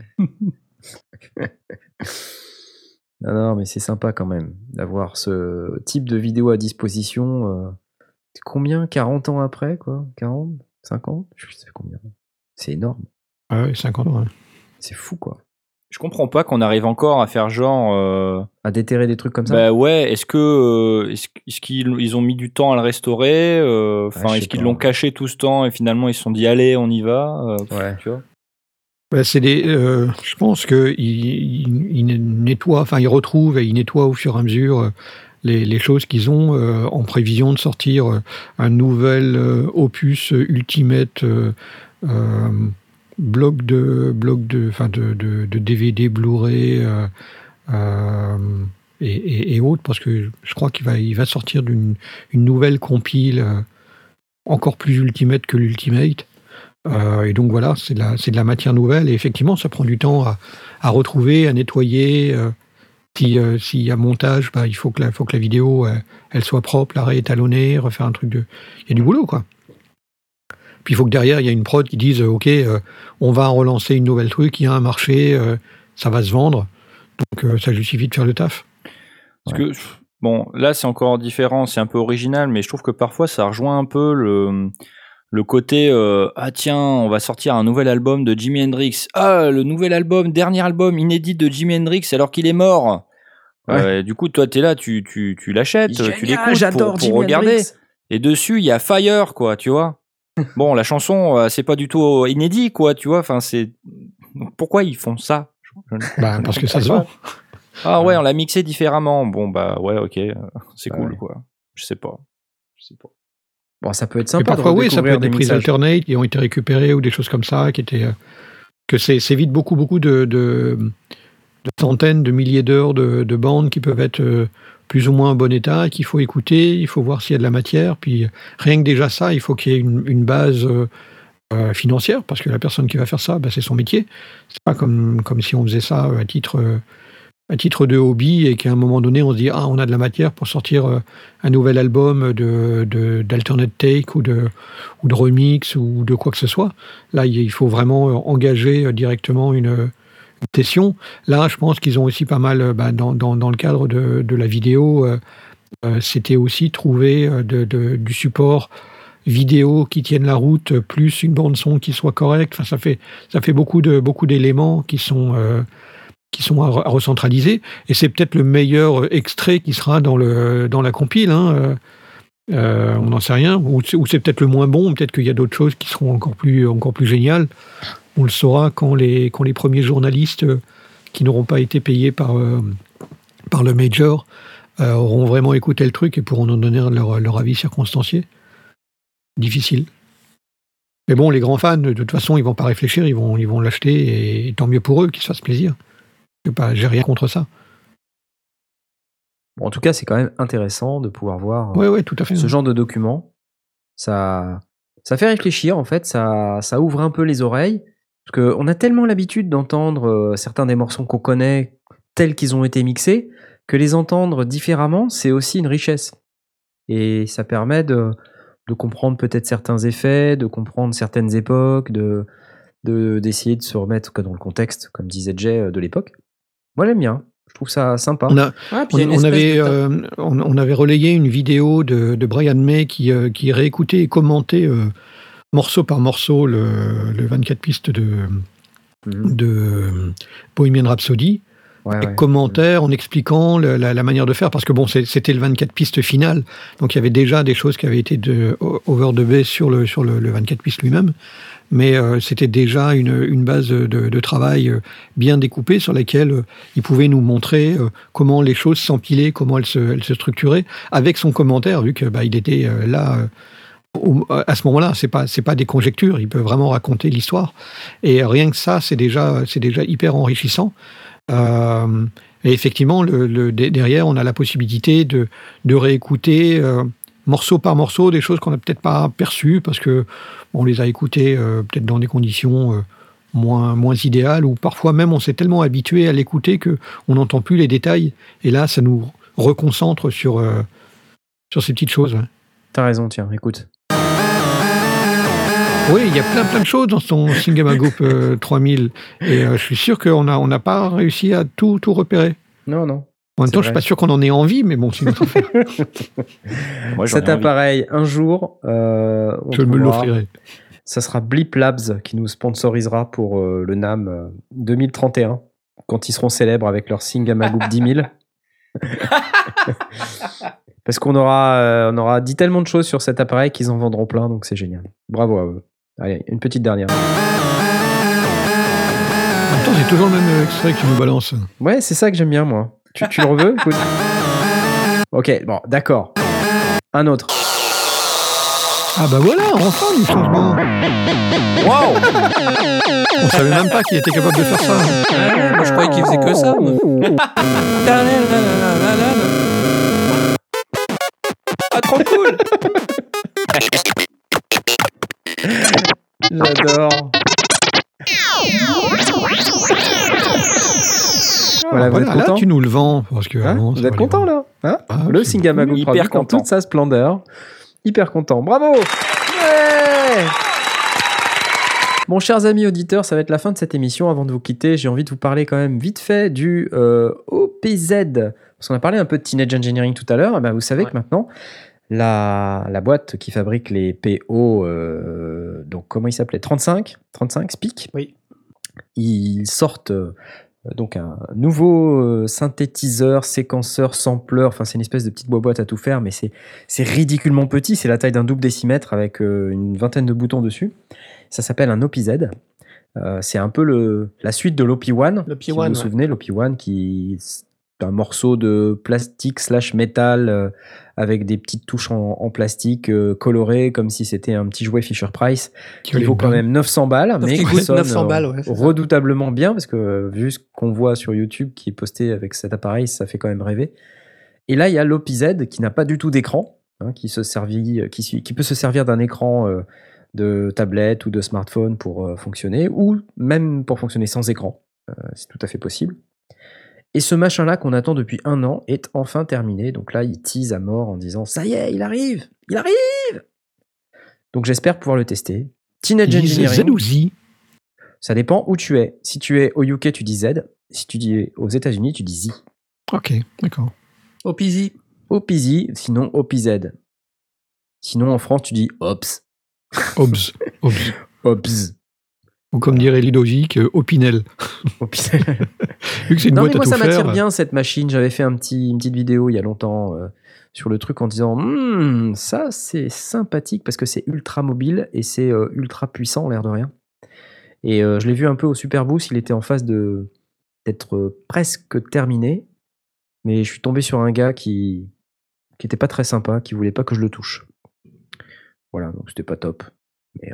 non, non, mais c'est sympa quand même d'avoir ce type de vidéo à disposition. Euh, combien quarante ans après, quoi quarante cinquante Je sais pas combien. C'est énorme. Ah ouais, cinquante ans. Ouais. C'est fou, quoi. Je comprends pas qu'on arrive encore à faire genre. euh, À déterrer des trucs comme ça. Bah ouais, est-ce que euh, est-ce, est-ce qu'ils ils ont mis du temps à le restaurer euh, Enfin, Ouais, je est-ce sais qu'ils pas. l'ont caché tout ce temps et finalement ils se sont dit allez, on y va euh, pff, Ouais. Tu vois. Bah, c'est des, euh, je pense que il, il, il nettoie, enfin, il retrouve et il nettoie au fur et à mesure euh, les, les choses qu'ils ont euh, en prévision de sortir euh, un nouvel euh, opus euh, Ultimate euh, euh, bloc de bloc de, enfin, de, de, de D V D, Blu-ray euh, euh, et, et, et autres, parce que je crois qu'il va, il va sortir d'une une nouvelle compile euh, encore plus Ultimate que l'Ultimate. Euh, et donc voilà, c'est de, la, c'est de la matière nouvelle et effectivement ça prend du temps à, à retrouver, à nettoyer. Euh, si, euh, s'il y a montage, bah, il faut que la, faut que la vidéo euh, elle soit propre, la réétalonner, refaire un truc de... Il y a du boulot, quoi. Puis il faut que derrière il y a une prod qui dise euh, ok, euh, on va relancer une nouvelle truc, il y a un marché, euh, ça va se vendre, donc euh, ça justifie de faire le taf. Parce que bon, là c'est encore différent, c'est un peu original, mais je trouve que parfois ça rejoint un peu le le côté euh, ah tiens, on va sortir un nouvel album de Jimi Hendrix. Ah, le nouvel album, dernier album inédit de Jimi Hendrix alors qu'il est mort. Ouais. Euh, du coup, toi t'es là, tu tu tu l'achètes, Génial, tu l'écoutes j'adore pour, pour Jimi regarder. Hendrix. Et dessus il y a Fire, quoi, tu vois. Bon, la chanson euh, c'est pas du tout inédit, quoi, tu vois. Enfin c'est donc, pourquoi ils font ça? Je ne- Bah, je ne parce que ça se comprends vend. pas. Ah ouais, on l'a mixé différemment. Bon bah ouais, ok, euh, c'est Bah cool, ouais. quoi. Je sais pas. Je sais pas. Bon, ça peut être Et sympa parfois, de oui, ça peut redécouvrir être des des prises mixages. alternate qui ont été récupérées ou des choses comme ça qui étaient, euh, que c'est, c'est vite beaucoup, beaucoup de, de, de centaines, de milliers d'heures de, de bandes qui peuvent être euh, plus ou moins en bon état, qu'il faut écouter, il faut voir s'il y a de la matière. Puis rien que déjà ça, il faut qu'il y ait une, une base euh, euh, financière, parce que la personne qui va faire ça, bah, c'est son métier. C'est pas comme, comme si on faisait ça à titre... Euh, à titre de hobby et qu'à un moment donné on se dit ah on a de la matière pour sortir euh, un nouvel album de, de d'alternate take ou de ou de remix ou de quoi que ce soit. Là il faut vraiment engager directement une, une session. Là je pense qu'ils ont aussi pas mal bah, dans, dans dans le cadre de, de la vidéo euh, euh, c'était aussi trouver de, de, du support vidéo qui tienne la route plus une bande son qui soit correcte. Enfin ça fait ça fait beaucoup de beaucoup d'éléments qui sont euh, qui sont à, à recentraliser, et c'est peut-être le meilleur extrait qui sera dans, le, dans la compile, hein. euh, on n'en sait rien, ou c'est, ou c'est peut-être le moins bon, peut-être qu'il y a d'autres choses qui seront encore plus, encore plus géniales, on le saura quand les, quand les premiers journalistes qui n'auront pas été payés par, euh, par le major euh, auront vraiment écouté le truc et pourront en donner leur, leur avis circonstancié. Difficile. Mais bon, les grands fans, de toute façon, ils vont pas réfléchir, ils vont, ils vont l'acheter, et tant mieux pour eux qu'ils se fassent plaisir. Pas, j'ai rien contre ça. Bon, en tout cas, c'est quand même intéressant de pouvoir voir ouais, ouais, tout à fait, ce ouais. genre de documents. Ça, ça fait réfléchir, en fait, ça, ça ouvre un peu les oreilles. Parce qu'on a tellement l'habitude d'entendre euh, certains des morceaux qu'on connaît tels qu'ils ont été mixés, que les entendre différemment, c'est aussi une richesse. Et ça permet de, de comprendre peut-être certains effets, de comprendre certaines époques, de, de, d'essayer de se remettre dans le contexte, comme disait Jay, de l'époque. Moi, j'aime bien. Je trouve ça sympa. On, a, Ouais, puis on, il y a une on espèce avait, de- euh, on, on avait relayé une vidéo de, de Brian May qui, euh, qui réécoutait et commentait euh, morceau par morceau le, le vingt-quatre pistes de, Mhm. de Bohemian Rhapsody. Ouais, Et ouais. commentaires en expliquant le- la, la manière de faire, parce que bon, c'est- c'était le vingt-quatre pistes final, donc il y avait déjà des choses qui avaient été de, overdubées sur le, sur le, le vingt-quatre pistes lui-même, mais euh, c'était déjà une, une base de, de travail euh, bien découpée sur laquelle euh, il pouvait nous montrer euh, comment les choses s'empilaient, comment elles se, elles se structuraient, avec son commentaire, vu que bah, il était euh, là euh, au- à ce moment-là. C'est pas, c'est pas des conjectures, il peut vraiment raconter l'histoire, et rien que ça, c'est déjà, c'est déjà hyper enrichissant. Euh, et effectivement, le, le, derrière, on a la possibilité de, de réécouter euh, morceau par morceau des choses qu'on n'a peut-être pas perçues parce que on les a écoutées euh, peut-être dans des conditions euh, moins, moins idéales, ou parfois même on s'est tellement habitué à l'écouter qu'on n'entend plus les détails. Et là, ça nous reconcentre sur, euh, sur ces petites choses. Ouais. T'as raison, tiens, écoute. Oui, il y a plein plein de choses dans son Singamagoop euh, trois mille, et euh, je suis sûr qu'on n'a on n'a pas réussi à tout, tout repérer. Non, non. En même C'est temps, je suis vrai. pas sûr qu'on en ait envie, mais bon, c'est notre affaire. Moi, j'en Cet ai envie. appareil, un jour, euh, on Je me trouvera- l'offrirai. Ça sera Bleep Labs qui nous sponsorisera pour euh, le NAMM euh, deux mille trente et un, quand ils seront célèbres avec leur Singamagoop dix mille. Parce qu'on aura, euh, on aura dit tellement de choses sur cet appareil qu'ils en vendront plein, donc c'est génial. Bravo à eux. Allez, une petite dernière. En même temps, c'est toujours le même extrait que tu nous balances. Ouais, c'est ça que j'aime bien, moi. Tu, tu le veux? Écoute. Ok, bon, d'accord. Un autre. Ah bah voilà, enfin du changement. Waouh! On savait même pas qu'il était capable de faire ça. Ah, moi, je croyais qu'il faisait que ça. moi. Ah, trop cool! J'adore. Voilà, vous Voilà, êtes là, content tu nous le vends. Parce que, Hein avant, ça vous êtes valait content pas. là, hein? Ah, Le c'est Singamagoop hyper produit dans content. toute sa splendeur. Hyper content. Bravo! Ouais! Bon, chers amis auditeurs, ça va être la fin de cette émission. Avant de vous quitter, j'ai envie de vous parler quand même vite fait du euh, O P Z. Parce qu'on a parlé un peu de Teenage Engineering tout à l'heure. Eh ben, vous savez Ouais. que maintenant, la, la boîte qui fabrique les P O, euh, donc comment il s'appelait? trente-cinq trente-cinq Speak. Oui. Ils sortent euh, donc un nouveau euh, synthétiseur, séquenceur, sampler. Enfin, c'est une espèce de petite boîte à tout faire, mais c'est c'est ridiculement petit. C'est la taille d'un double décimètre avec euh, une vingtaine de boutons dessus. Ça s'appelle un O P Z. Euh, c'est un peu le, la suite de l'O P un. Le P Si vous un, vous ouais. souvenez, l'O P un qui s- un morceau de plastique slash métal euh, avec des petites touches en, en plastique euh, colorées comme si c'était un petit jouet Fisher-Price qui, qui vaut quand même neuf cents balles, Sauf mais qui qui coûte sonne neuf cents balles, ouais, redoutablement bien parce que euh, vu ce qu'on voit sur YouTube qui est posté avec cet appareil, ça fait quand même rêver. Et là, il y a l'O P Z qui n'a pas du tout d'écran, hein, qui, se servit, qui, qui peut se servir d'un écran euh, de tablette ou de smartphone pour euh, fonctionner, ou même pour fonctionner sans écran. Euh, c'est tout à fait possible. Et ce machin-là qu'on attend depuis un an est enfin terminé. Donc là, il tease à mort en disant « Ça y est, il arrive, il arrive !» Donc j'espère pouvoir le tester. Teenage Engineering. Z ou Z ? Ça dépend où tu es. Si tu es au U K, tu dis Z. Si tu dis aux États-Unis, tu dis Z. Ok, d'accord. O P Z. O P Z, sinon O P Z. Sinon, en France, tu dis Ops. Obs. Obs. Ops. Ou comme dirait Ludovic, euh, Opinel. Opinel. Vu que c'est une non, boîte mais moi, à ça tout m'attire faire. bien cette machine. J'avais fait un petit, une petite vidéo il y a longtemps euh, sur le truc en disant hm, ça, c'est sympathique parce que c'est ultra mobile et c'est euh, ultra puissant, l'air de rien. Et euh, je l'ai vu un peu au Superboost. Il était en phase de, d'être euh, presque terminé. Mais je suis tombé sur un gars qui qui était pas très sympa, qui voulait pas que je le touche. Voilà, donc c'était pas top. Mais euh,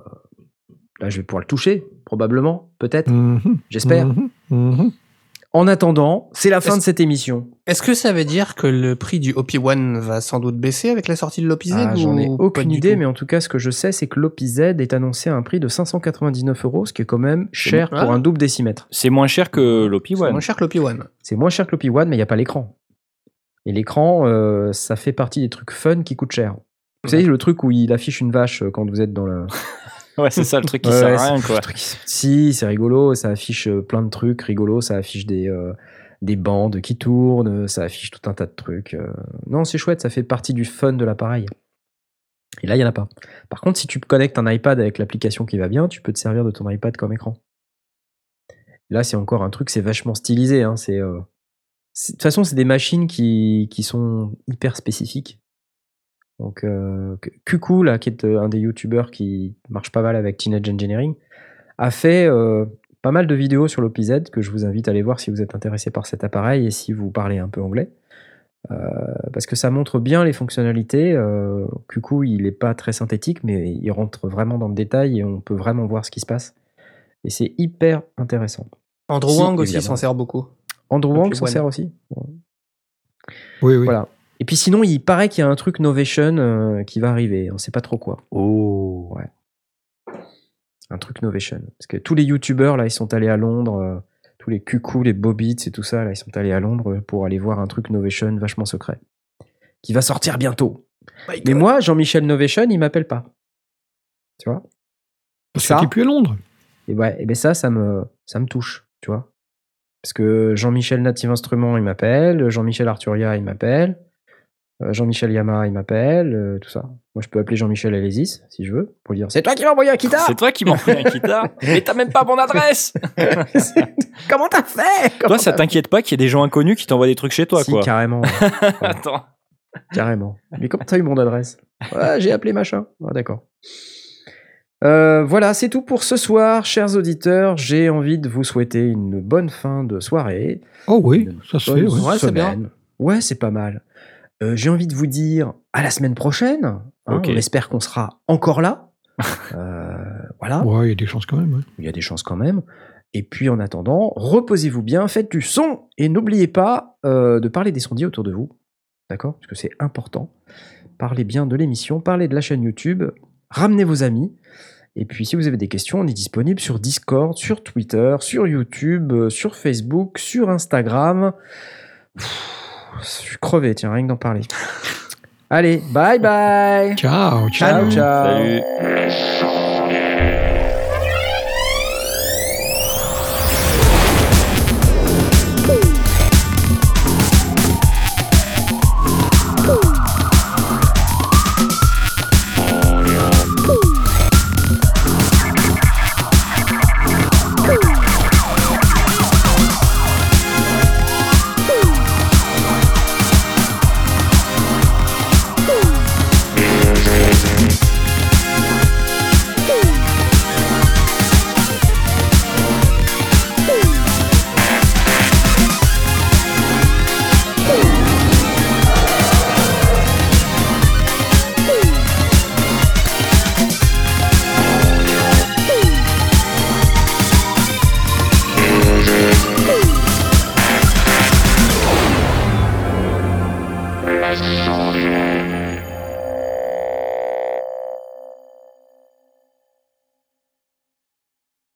là, je vais pouvoir le toucher, probablement, peut-être, Mmh, j'espère. Mmh, mmh. En attendant, c'est la fin Est-ce- de cette émission. Est-ce que ça veut dire que le prix du O P un va sans doute baisser avec la sortie de l'O P Z Ah, j'en ai ou pas aucune du idée, tout mais en tout cas, ce que je sais, c'est que l'O P Z est annoncé à un prix de cinq cent quatre-vingt-dix-neuf euros, ce qui est quand même cher bon. pour Ah. un double décimètre. C'est moins cher que l'O P C'est un. moins cher que l'O P un. C'est moins cher que l'O P un, mais il n'y a pas l'écran. Et l'écran, euh, ça fait partie des trucs fun qui coûtent cher. Vous savez, le truc où il affiche une vache quand vous êtes dans le... Ouais, c'est ça le truc qui Ouais, sert ouais, à rien, c'est- quoi. le truc qui- Si, c'est rigolo, ça affiche euh, plein de trucs rigolos, ça affiche des, euh, des bandes qui tournent, ça affiche tout un tas de trucs. euh. Non, c'est chouette, ça fait partie du fun de l'appareil. Et là, il n'y en a pas. Par contre, si tu connectes un iPad avec l'application qui va bien, tu peux te servir de ton iPad comme écran. Là, c'est encore un truc, c'est vachement stylisé. Hein, c'est, euh, c'est- de toute façon, c'est des machines qui, qui sont hyper spécifiques. Donc, euh, Cuckoo, là, qui est euh, un des youtubeurs qui marche pas mal avec Teenage Engineering, a fait euh, pas mal de vidéos sur l'O P Z que je vous invite à aller voir si vous êtes intéressé par cet appareil et si vous parlez un peu anglais. Euh, parce que ça montre bien les fonctionnalités. Euh, Cuckoo, il est pas très synthétique, mais il rentre vraiment dans le détail et on peut vraiment voir ce qui se passe. Et c'est hyper intéressant. Andrew Si, Wang aussi évidemment. s'en sert beaucoup. Andrew L'O P Wang s'en un. sert aussi. Oui, oui. Voilà. Et puis sinon, il paraît qu'il y a un truc Novation euh, qui va arriver. On sait pas trop quoi. Oh. Ouais. Un truc Novation. Parce que tous les youtubeurs, là, ils sont allés à Londres. euh, tous les Cuckoo, les Bobbits et tout ça, là, ils sont allés à Londres pour aller voir un truc Novation vachement secret. Qui va sortir bientôt. Mais moi, Jean-Michel Novation, il m'appelle pas. Tu vois? Parce ça, que t'es plus à Londres. et ouais, et ben ça, ça me, ça me touche, tu vois. Parce que Jean-Michel Native Instruments, il m'appelle. Jean-Michel Arturia, il m'appelle. Euh, Jean-Michel Yamaha, il m'appelle. euh, tout ça. Moi, je peux appeler Jean-Michel Alesis, si je veux, pour lui dire c'est toi qui m'as envoyé un guitare. C'est toi qui m'as envoyé un guitare, mais t'as même pas mon adresse. Comment t'as fait? Comment Toi, ça t'as t'inquiète pas qu'il y ait des gens inconnus qui t'envoient des trucs chez toi, Si, quoi. carrément. Attends. Carrément. Mais comment t'as eu mon adresse? Ouais, j'ai appelé machin. Ah, d'accord. Euh, voilà, c'est tout pour ce soir, chers auditeurs. J'ai envie de vous souhaiter une bonne fin de soirée. Oh oui, Une ça se bonne fait, ouais. Ouais, c'est bien. semaine. Ouais, c'est pas mal. Euh, j'ai envie de vous dire à la semaine prochaine. hein. Ok. On espère qu'on sera encore là. Euh, voilà. Ouais, il y a des chances quand même. Ouais. Il y a des chances quand même. Et puis en attendant, reposez-vous bien, faites du son et n'oubliez pas euh, de parler des sondiers autour de vous. D'accord? Parce que c'est important. Parlez bien de l'émission, parlez de la chaîne YouTube, ramenez vos amis. Et puis si vous avez des questions, on est disponible sur Discord, sur Twitter, sur YouTube, euh, sur Facebook, sur Instagram. Pff, je suis crevé, tiens, rien que d'en parler. Allez, bye bye. Ciao, ciao. Ciao, ciao. Salut.